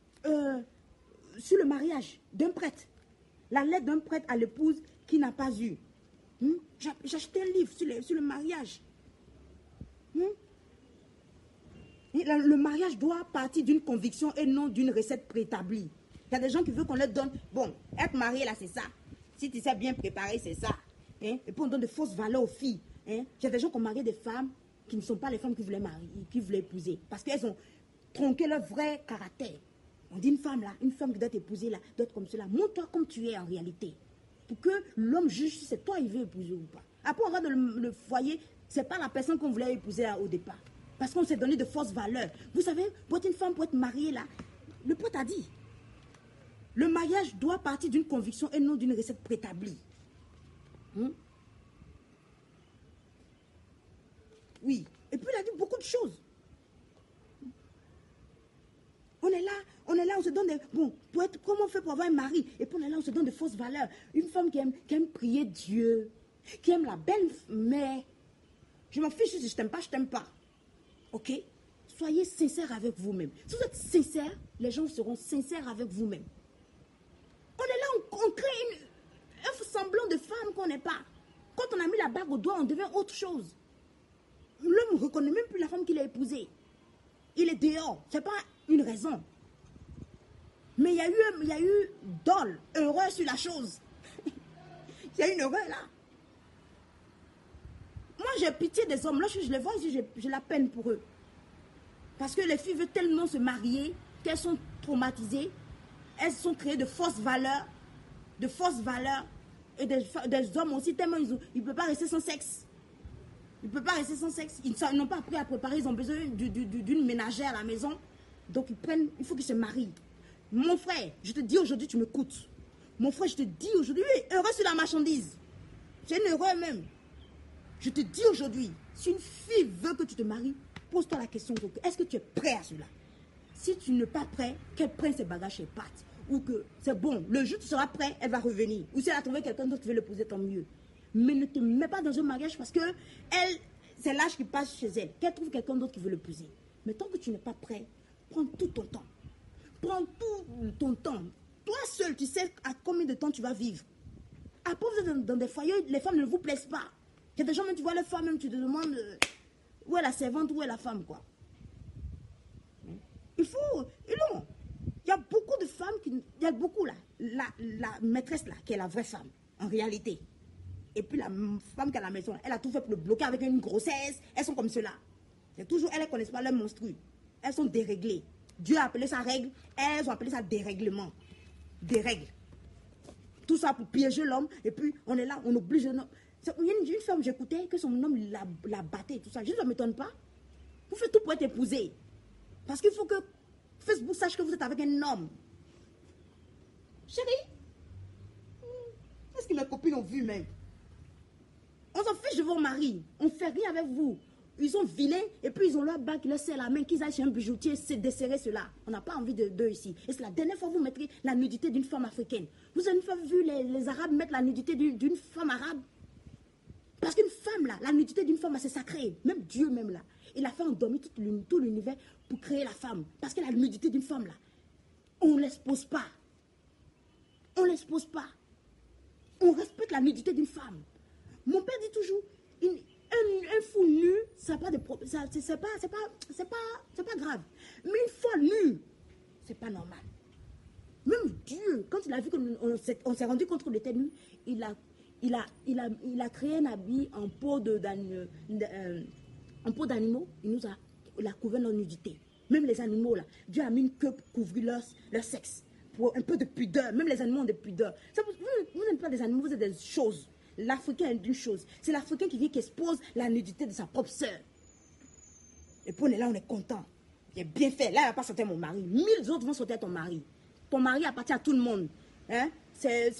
Sur le mariage d'un prêtre, la lettre d'un prêtre à l'épouse qui n'a pas eu. J'ai acheté un livre sur le mariage. Le mariage doit partir d'une conviction et non d'une recette préétablie. Il y a des gens qui veulent qu'on leur donne, bon, être marié là c'est ça. Si tu sais bien préparer c'est ça. Et puis on donne de fausses valeurs aux filles. Il y a des gens qui ont marié des femmes qui ne sont pas les femmes qui voulaient marier, qui voulaient épouser. Parce qu'elles ont tronqué leur vrai caractère. On dit une femme là, une femme qui doit t'épouser là, doit être comme cela. Montre-toi comme tu es en réalité. Pour que l'homme juge si c'est toi il veut épouser ou pas. Après on regarde le foyer, c'est pas la personne qu'on voulait épouser là, au départ. Parce qu'on s'est donné de fausses valeurs. Vous savez, pour être une femme, pour être mariée là, le pote a dit. Le mariage doit partir d'une conviction et non d'une recette préétablie. Oui. Et puis il a dit beaucoup de choses. On est là, on se donne des... Bon, comment on fait pour avoir un mari? Et puis on est là, on se donne de fausses valeurs. Une femme qui aime prier Dieu, qui aime la belle mère. Je m'en fiche si je t'aime pas, je t'aime pas. Ok? Soyez sincères avec vous-même. Si vous êtes sincères, les gens seront sincères avec vous-même. On est là, on crée un semblant de femme qu'on n'est pas. Quand on a mis la bague au doigt, on devient autre chose. L'homme ne reconnaît même plus la femme qu'il a épousée. Il est dehors. Ce n'est pas une raison. Mais il y a eu dol, erreur sur la chose. Il y a une erreur là. Moi, j'ai pitié des hommes. Lorsque je les vois, j'ai la peine pour eux. Parce que les filles veulent tellement se marier qu'elles sont traumatisées. Elles sont créées de fausses valeurs. Et des hommes aussi, tellement ils ne peuvent pas rester sans sexe. Ils ne peuvent pas rester sans sexe. Ils n'ont pas appris à préparer. Ils ont besoin d'une ménagère à la maison. Donc, il faut qu'ils se marient. Mon frère, je te dis aujourd'hui, tu m'écoutes. Mon frère, je te dis aujourd'hui, heureux sur la marchandise. C'est une erreur même. Je te dis aujourd'hui, si une fille veut que tu te maries, pose-toi la question, est-ce que tu es prêt à cela? Si tu n'es pas prêt, qu'elle prenne ses bagages et parte. Ou que c'est bon, le jour où tu seras prêt, elle va revenir. Ou si elle a trouvé quelqu'un d'autre qui veut l'épouser, tant mieux. Mais ne te mets pas dans un mariage parce que c'est l'âge qui passe chez elle. Qu'elle trouve quelqu'un d'autre qui veut l'épouser. Mais tant que tu n'es pas prêt, prends tout ton temps. Prends tout ton temps. Toi seul, tu sais à combien de temps tu vas vivre. Après, vous êtes dans des foyers, les femmes ne vous plaisent pas. Il y a des gens, même tu vois les femmes, même tu te demandes où est la servante, où est la femme, quoi. Il faut... Non. Il y a beaucoup de femmes il y a beaucoup là. La maîtresse là, qui est la vraie femme, en réalité. Et puis la femme qui est à la maison, elle a tout fait pour le bloquer avec une grossesse. Elles sont comme cela. C'est toujours, elles ne connaissent pas leur monstru. Elles sont déréglées. Dieu a appelé ça règle, elles ont appelé ça dérèglement. Des règles. Tout ça pour piéger l'homme. Et puis on est là, on oblige l'homme. Il y a une femme, j'écoutais, que son homme la battait et tout ça. Je dis, ça ne m'étonne pas. Vous faites tout pour être épousé. Parce qu'il faut que Facebook sache que vous êtes avec un homme. Chérie, est-ce que mes copines ont vu même? On s'en fiche de vos maris. On ne fait rien avec vous. Ils sont vilains et puis ils ont leur bague qui leur serre la main, qu'ils aillent chez un bijoutier, c'est desserrer cela. On n'a pas envie d'eux ici. Et c'est la dernière fois que vous mettrez la nudité d'une femme africaine. Vous avez une fois vu les Arabes mettre la nudité d'une femme arabe? Parce qu'une femme là, la nudité d'une femme là, c'est sacré. Même Dieu même là, il a fait endormir tout l'univers pour créer la femme. Parce que la nudité d'une femme là, on ne l'expose pas. On ne l'expose pas. On respecte la nudité d'une femme. Mon père dit toujours, un fou nu, ça n'a pas de problème, c'est pas grave. Mais une fois nu, c'est pas normal. Même Dieu, quand il a vu qu'on s'est rendu compte qu'on était nu, il a créé un habit en peau d'animaux, il a couvert leur nudité. Même les animaux là, Dieu a mis une queue pour couvrir leur sexe, pour un peu de pudeur. Même les animaux ont des pudeurs. Vous n'êtes pas des animaux, vous êtes des choses. L'Africain est une chose. C'est l'Africain qui vient, qui expose la nudité de sa propre sœur. Et puis on est là, on est content. J'ai bien fait. Là, il ne va pas sauter mon mari. 1000 autres vont sauter à ton mari. Ton mari appartient à tout le monde. Hein? C'est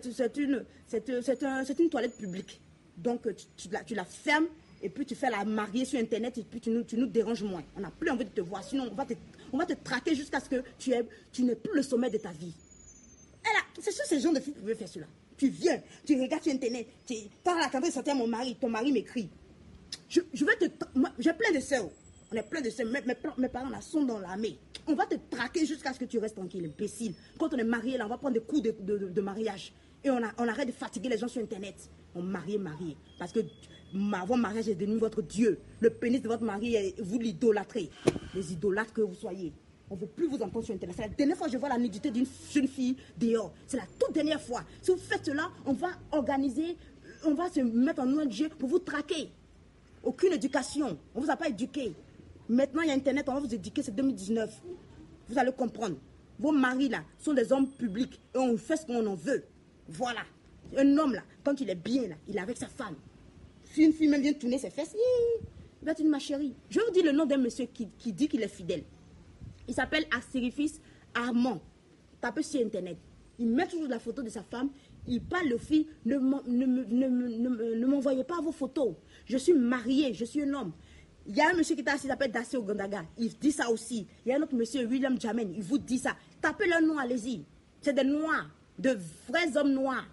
une toilette publique. Donc, tu la fermes et puis tu fais la marier sur Internet et puis tu nous déranges moins. On n'a plus envie de te voir. Sinon, on va te traquer jusqu'à ce que tu n'aies plus le sommet de ta vie. C'est sûr que ces gens de filles pouvaient faire cela. Tu viens, tu regardes sur Internet, tu parles à la caméra de sortir à mon mari, ton mari m'écrit. J'ai plein de sœurs. On est plein de sœurs. Mes parents là sont dans l'armée. On va te traquer jusqu'à ce que tu restes tranquille, imbécile. Quand on est marié là, on va prendre des coups de mariage. Et on arrête de fatiguer les gens sur Internet. On marié. Parce que votre mariage est devenu votre Dieu. Le pénis de votre mari, vous l'idolâtrez. Les idolâtres que vous soyez. On ne veut plus vous entendre sur Internet. C'est la dernière fois que je vois la nudité d'une jeune fille dehors. C'est la toute dernière fois. Si vous faites cela, on va organiser, on va se mettre en ONG pour vous traquer. Aucune éducation. On ne vous a pas éduqué. Maintenant, il y a Internet, on va vous éduquer, c'est 2019. Vous allez comprendre. Vos maris, là, sont des hommes publics et on fait ce qu'on en veut. Voilà. Un homme, là, quand il est bien, là, il est avec sa femme. Si une fille même vient tourner ses fesses, il va dire, ma chérie. Je vais vous dire le nom d'un monsieur qui dit qu'il est fidèle. Il s'appelle Asirifis Armand. Tapez sur Internet. Il met toujours la photo de sa femme. Il parle aux filles, ne m'envoyez pas vos photos. Je suis mariée, je suis un homme. Il y a un monsieur qui est assis, il s'appelle Dassé Ogandaga. Il dit ça aussi. Il y a un autre monsieur, William Jamen, il vous dit ça. Tapez leur nom, allez-y. C'est des noirs, de vrais hommes noirs.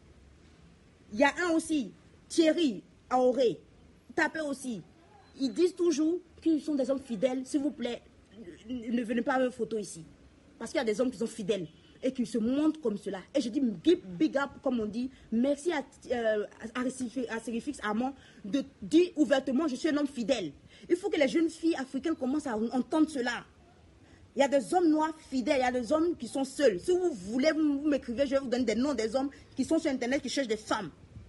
Il y a un aussi, Thierry Aoré. Tapez aussi. Ils disent toujours qu'ils sont des hommes fidèles. S'il vous plaît, ne venez pas avec une photo ici. Parce qu'il y a des hommes qui sont fidèles et qui se montrent comme cela. Et je dis big up, comme on dit. Merci à Sérifix Armand de dire ouvertement, je suis un homme fidèle. Il faut que les jeunes filles africaines commencent à entendre cela. Il y a des hommes noirs fidèles, il y a des hommes qui sont seuls. Si vous voulez, vous m'écrivez, je vais vous donner des noms des hommes qui sont sur Internet, qui cherchent des femmes.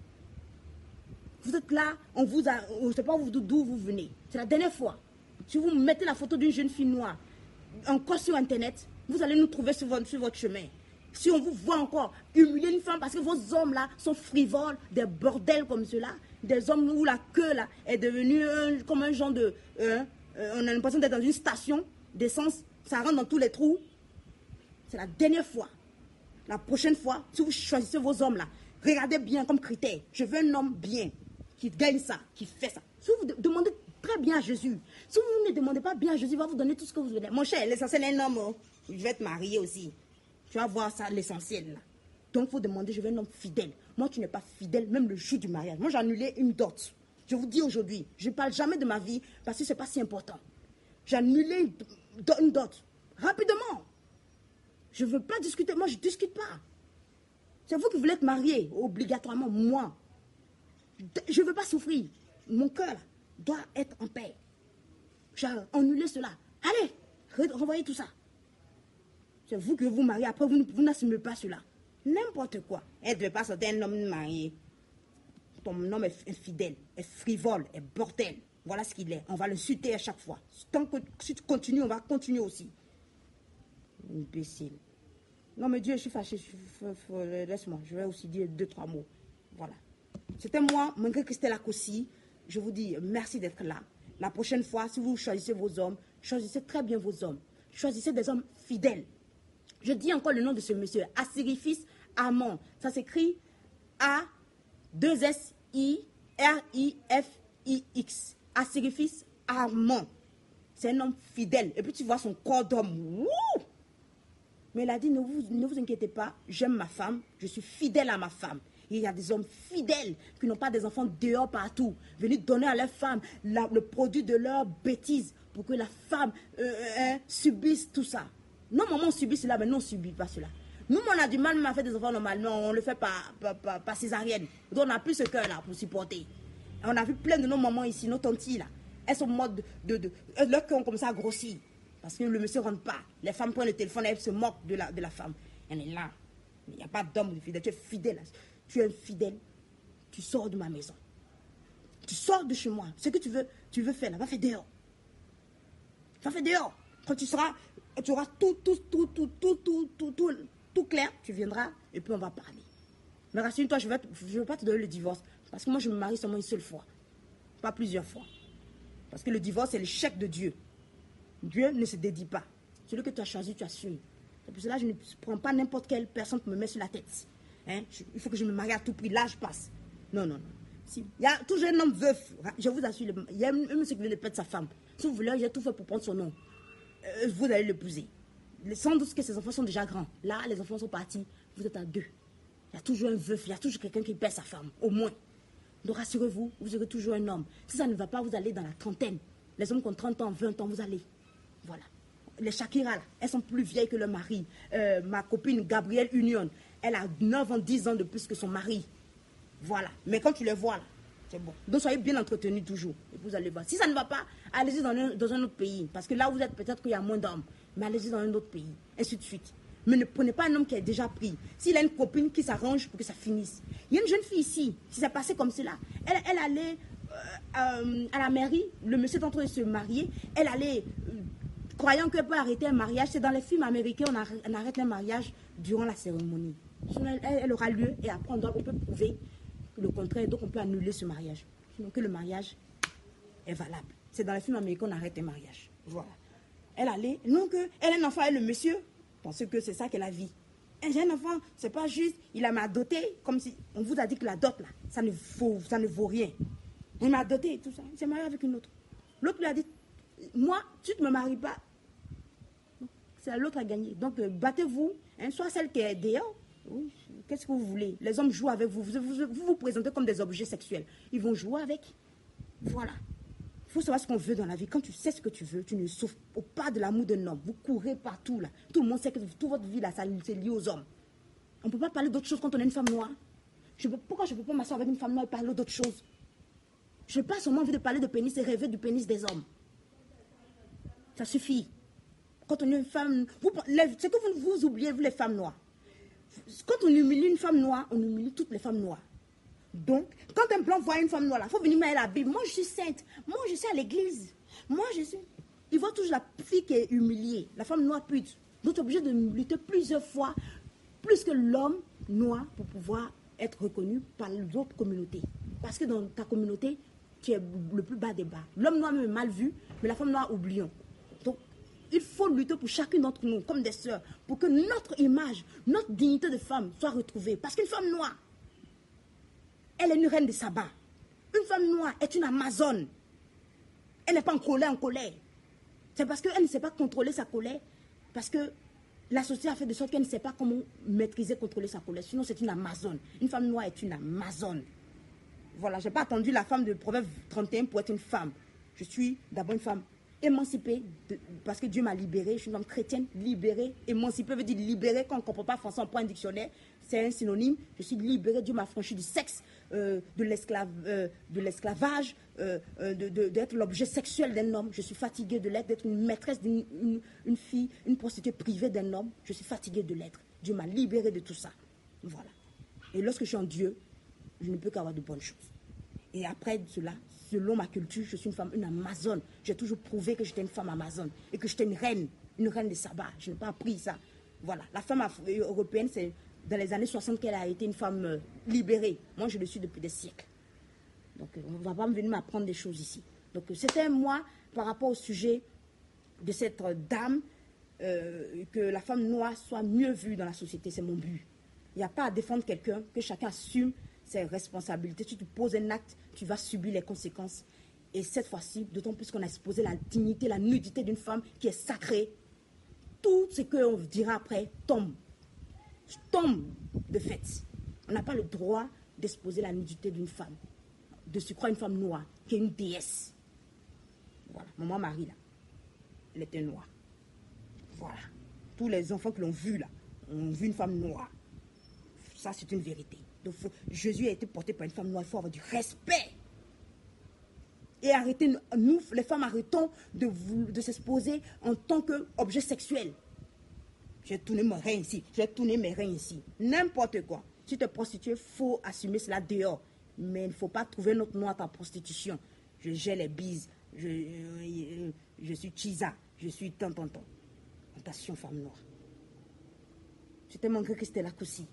Vous êtes là, on ne sait pas d'où vous venez. C'est la dernière fois. Si vous mettez la photo d'une jeune fille noire encore sur Internet, vous allez nous trouver sur votre chemin. Si on vous voit encore humilier une femme parce que vos hommes là sont frivoles, des bordels comme cela, des hommes où la queue là est devenue comme un genre de... on a l'impression d'être dans une station d'essence, ça rentre dans tous les trous. C'est la dernière fois. La prochaine fois, si vous choisissez vos hommes là, regardez bien comme critère. Je veux un homme bien, qui gagne ça, qui fait ça. Si vous demandez très bien à Jésus, si vous ne demandez pas bien à Jésus, il va vous donner tout ce que vous voulez. Mon cher, l'essentiel est un homme. Oh. Je vais te marier aussi. Tu vas voir ça, l'essentiel là. Donc, il faut demander, je veux un homme fidèle. Moi, tu n'es pas fidèle, même le jour du mariage. Moi, j'ai annulé une dot. Je vous dis aujourd'hui, je ne parle jamais de ma vie parce que ce n'est pas si important. J'ai annulé une dot. Rapidement. Je ne veux pas discuter. Moi, je ne discute pas. C'est vous qui voulez être marié, obligatoirement, moi. Je ne veux pas souffrir. Mon cœur doit être en paix. J'ai annulé cela. Allez, renvoyez tout ça. C'est vous que vous mariez. Après, vous n'assumez pas cela. N'importe quoi. Elle ne devait pas sortir un homme marié. Ton homme est infidèle, est frivole, est bordel. Voilà ce qu'il est. On va le suiter à chaque fois. Tant que si tu continues, on va continuer aussi. Imbécile. Non, mais Dieu, je suis fâché. Laisse-moi. Je vais aussi dire 2-3 mots. Voilà. C'était moi, malgré Christelle Akossi. Je vous dis merci d'être là. La prochaine fois, si vous choisissez vos hommes, choisissez très bien vos hommes. Choisissez des hommes fidèles. Je dis encore le nom de ce monsieur, Asirifis Armand. Ça s'écrit A-2-S-I-R-I-F-I-X. Asirifis Armand. C'est un homme fidèle. Et puis tu vois son corps d'homme. Mais il a dit, ne vous inquiétez pas, j'aime ma femme, je suis fidèle à ma femme. Et il y a des hommes fidèles qui n'ont pas des enfants dehors partout, venus donner à leur femme le produit de leur bêtise pour que la femme subisse tout ça. Non, maman subit cela, mais non, on ne subit pas cela. Nous, on a du mal même à faire des enfants normalement, on le fait par césarienne. Donc on n'a plus ce cœur-là pour supporter. Et on a vu plein de nos mamans ici, nos tantilles là. Elles sont en mode leur cœur comme ça a grossi. Parce que le monsieur ne rentre pas. Les femmes prennent le téléphone et elles se moquent de la femme. Elle est là. Il n'y a pas d'homme fidèle. Tu es fidèle. Tu es infidèle. Tu sors de ma maison. Tu sors de chez moi. Ce que tu veux faire là, va faire dehors. Va faire dehors. Quand tu auras tout clair, tu viendras et puis on va parler. Mais rassure-toi, je ne vais pas te donner le divorce. Parce que moi, je me marie seulement une seule fois. Pas plusieurs fois. Parce que le divorce, c'est l'échec de Dieu. Dieu ne se dédie pas. Celui que tu as choisi, tu assumes. C'est pour cela que je ne prends pas n'importe quelle personne pour me mettre sur la tête. Hein? Il faut que je me marie à tout prix. L'âge passe. Non, non, non. Il y a toujours un homme veuf. Je vous assure, il y a un monsieur qui vient de perdre sa femme. Si vous voulez, j'ai tout fait pour prendre son nom. Vous allez l'épouser. Sans doute que ses enfants sont déjà grands. Là, les enfants sont partis. Vous êtes à deux. Il y a toujours un veuf. Il y a toujours quelqu'un qui perd sa femme. Au moins. Donc rassurez-vous, vous aurez toujours un homme. Si ça ne va pas, vous allez dans la trentaine. Les hommes qui ont 30 ans, 20 ans, vous allez. Voilà. Les Shakira, là, elles sont plus vieilles que leur mari. Ma copine Gabrielle Union, elle a 9 ans, 10 ans de plus que son mari. Voilà. Mais quand tu les vois, là, c'est bon. Donc soyez bien entretenus toujours. Et vous allez voir. Si ça ne va pas, allez-y dans un autre pays. Parce que là, vous êtes peut-être qu'il y a moins d'hommes. Mais allez-y dans un autre pays. Ainsi de suite. Mais ne prenez pas un homme qui est déjà pris. S'il a une copine qui s'arrange pour que ça finisse. Il y a une jeune fille ici, qui s'est passée comme cela. Elle allait à la mairie, le monsieur est en train de se marier. Elle allait, croyant qu'elle peut arrêter un mariage. C'est dans les films américains, on arrête un mariage durant la cérémonie. Elle aura lieu et après on peut prouver le contraire. Donc on peut annuler ce mariage. Sinon que le mariage est valable. C'est dans les films américains, on arrête un mariage. Voilà. Elle allait, non que elle a un enfant et le monsieur. Parce que c'est ça qu'elle a vie. Un jeune enfant, c'est pas juste, il m'a doté, comme si on vous a dit que la dot, là, ça ne vaut rien. Il m'a doté et tout ça. Il s'est marié avec une autre. L'autre lui a dit, moi, tu ne me maries pas. C'est l'autre à gagner. Donc, battez-vous. Hein, soit celle qui est dehors. Oui, qu'est-ce que vous voulez? Les hommes jouent avec vous. Vous présentez comme des objets sexuels. Ils vont jouer avec. Voilà. Il faut savoir ce qu'on veut dans la vie. Quand tu sais ce que tu veux, tu ne souffres pas de l'amour d'un homme. Vous courez partout là. Tout le monde sait que toute votre vie là, c'est lié aux hommes. On ne peut pas parler d'autre chose quand on est une femme noire. Pourquoi je ne peux pas m'asseoir avec une femme noire et parler d'autre chose? Je n'ai pas seulement envie de parler de pénis et rêver du pénis des hommes. Ça suffit. Quand on est une femme... C'est que vous oubliez, vous les femmes noires. Quand on humilie une femme noire, on humilie toutes les femmes noires. Donc, quand un blanc voit une femme noire, il faut venir mettre la Bible. Moi, je suis sainte. Moi, je suis à l'église. Moi, je suis... Il voit toujours la fille qui est humiliée, la femme noire pute. Donc, tu es obligé de lutter plusieurs fois, plus que l'homme noir, pour pouvoir être reconnu par les autres communautés. Parce que dans ta communauté, tu es le plus bas des bas. L'homme noir même est mal vu, mais la femme noire, oublions. Donc, il faut lutter pour chacune d'entre nous, comme des sœurs, pour que notre image, notre dignité de femme soit retrouvée. Parce qu'une femme noire, elle est une reine de sabbat. Une femme noire est une amazone. Elle n'est pas en colère. C'est parce qu'elle ne sait pas contrôler sa colère. Parce que la société a fait de sorte qu'elle ne sait pas comment maîtriser, contrôler sa colère. Sinon, c'est une amazone. Une femme noire est une amazone. Voilà, je n'ai pas attendu la femme de Proverbe 31 pour être une femme. Je suis d'abord une femme émancipée, parce que Dieu m'a libérée. Je suis une femme chrétienne, libérée. Émancipée veut dire libérée. Quand on ne comprend pas français, on prend un dictionnaire. C'est un synonyme. Je suis libérée. Dieu m'a franchi du sexe, de l'esclavage, d'être l'objet sexuel d'un homme. Je suis fatiguée de l'être, d'être une maîtresse d'une fille, une prostituée privée d'un homme. Je suis fatiguée de l'être. Dieu m'a libérée de tout ça. Voilà. Et lorsque je suis en Dieu, je ne peux qu'avoir de bonnes choses. Et après cela, selon ma culture, je suis une femme, une amazone. J'ai toujours prouvé que j'étais une femme amazone et que j'étais une reine de sabbat. Je n'ai pas appris ça. Voilà. La femme européenne, c'est dans les années 60 qu'elle a été une femme libérée. Moi, je le suis depuis des siècles. Donc, on ne va pas venir m'apprendre des choses ici. Donc, c'était moi, par rapport au sujet de cette dame, que la femme noire soit mieux vue dans la société. C'est mon but. Il n'y a pas à défendre quelqu'un, que chacun assume ses responsabilités. Si tu poses un acte, tu vas subir les conséquences. Et cette fois-ci, d'autant plus qu'on a exposé la dignité, la nudité d'une femme qui est sacrée, tout ce qu'on dira après tombe de fait. On n'a pas le droit d'exposer la nudité d'une femme, de surcroît une femme noire, qui est une déesse. Voilà, maman Marie, là, elle était noire. Voilà, tous les enfants qui l'ont vue, là, ont vu une femme noire. Ça, c'est une vérité. Donc, Jésus a été porté par une femme noire, il faut avoir du respect. Et arrêtez, nous, les femmes, arrêtons de s'exposer en tant qu'objet sexuel. J'ai tourné mes reins ici, j'ai tourné mes reins ici. N'importe quoi. Si tu es prostituée, il faut assumer cela dehors. Mais il ne faut pas trouver notre nom à ta prostitution. Je gère les bises, je suis Chisa, je suis tant. Attention, femme noire. Je t'ai manqué que c'était là aussi.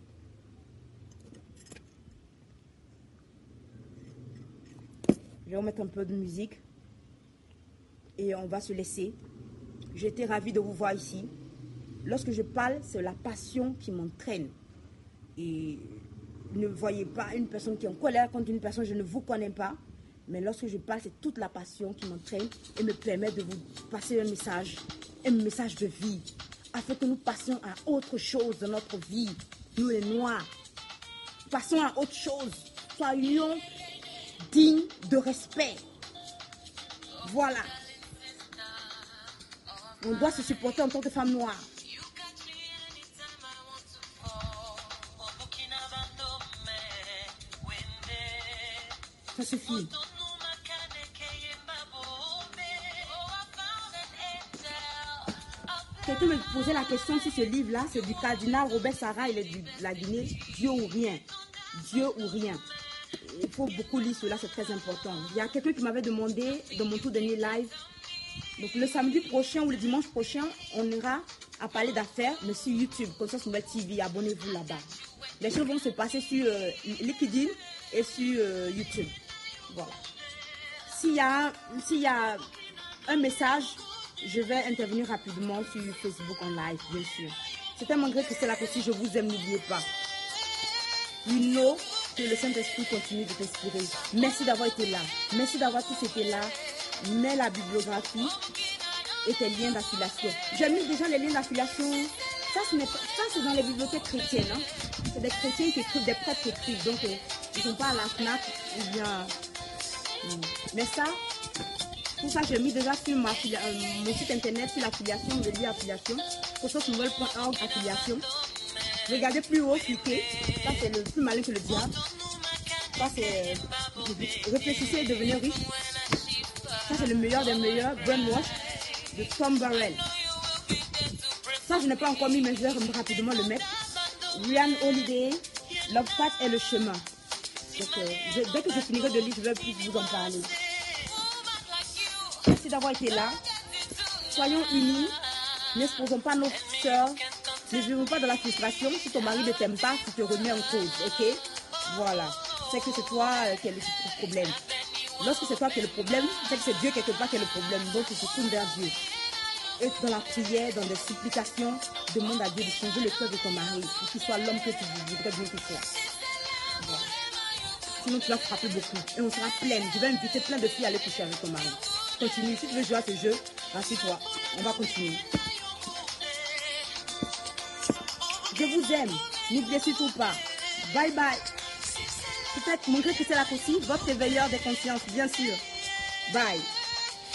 Je vais remettre un peu de musique et on va se laisser. J'ai été ravie de vous voir ici. Lorsque je parle, c'est la passion qui m'entraîne. Et ne voyez pas une personne qui est en colère contre une personne, je ne vous connais pas. Mais lorsque je parle, c'est toute la passion qui m'entraîne et me permet de vous passer un message de vie, afin que nous passions à autre chose dans notre vie, nous les Noirs. Passons à autre chose. Soyons dignes de respect. Voilà. On doit se supporter en tant que femme noire. Ça suffit. Quelqu'un me posait la question si ce livre-là, c'est du cardinal Robert Sarah, il est de la Guinée, Dieu ou rien. Dieu ou rien. Il faut beaucoup lire cela, c'est très important. Il y a quelqu'un qui m'avait demandé dans mon tout dernier live. Donc le samedi prochain ou le dimanche prochain, on ira à parler d'affaires, mais sur YouTube, Conscience Nouvelle TV, abonnez-vous là-bas. Les choses vont se passer sur LinkedIn et sur YouTube. Voilà. S'il y a un message, je vais intervenir rapidement sur Facebook en live, bien sûr. C'est un malgré que c'est là aussi, je vous aime, n'oubliez pas. You know que le Saint-Esprit continue de t'inspirer. Merci d'avoir été là. Merci d'avoir tous été là. Mets la bibliographie et tes liens d'affiliation. J'ai mis déjà les liens d'affiliation. Ça, c'est dans les bibliothèques chrétiennes. Hein. C'est des chrétiens qui écrivent, des prêtres qui écrivent. Donc, ils ne sont pas à la FNAC ou bien... Mais ça, tout ça, j'ai mis déjà sur mon site internet, sur l'affiliation, le lien affiliation. Consciencenouvelle.org affiliation. Regardez plus haut, cliquez. Ça, c'est le plus malin que le diable. Ça, c'est réfléchissez et devenez riche. Ça, c'est le meilleur des meilleurs, Brainwash, de Tom Burrell. Ça, je n'ai pas encore mis, mais je vais rapidement le mettre. Ryan Holiday, Love Path est le chemin. Donc, dès que je finirai de lire, je vais plus vous en parler. Merci d'avoir été là. Soyons unis. N'exposons pas nos soeurs. Ne vivons pas dans la frustration. Si ton mari ne t'aime pas, tu te remets en cause. Ok? Voilà. C'est que c'est toi qui es le problème. Lorsque c'est toi qui es le problème, c'est que c'est Dieu quelque part qui est le problème. Donc, tu te tournes vers Dieu. Et dans la prière, dans des supplications, demande à Dieu de changer le cœur de ton mari. Pour qu'il soit l'homme que tu voudrais bien qu'il soit. Voilà. Sinon, tu vas frapper beaucoup. Et on sera pleine. Je vais inviter plein de filles à aller coucher avec ton mari. Continue. Si tu veux jouer à ce jeu, rassure-toi. On va continuer. Je vous aime. N'oubliez surtout pas. Bye bye. Peut-être, malgré que c'est la aussi, votre éveilleur des consciences, bien sûr. Bye.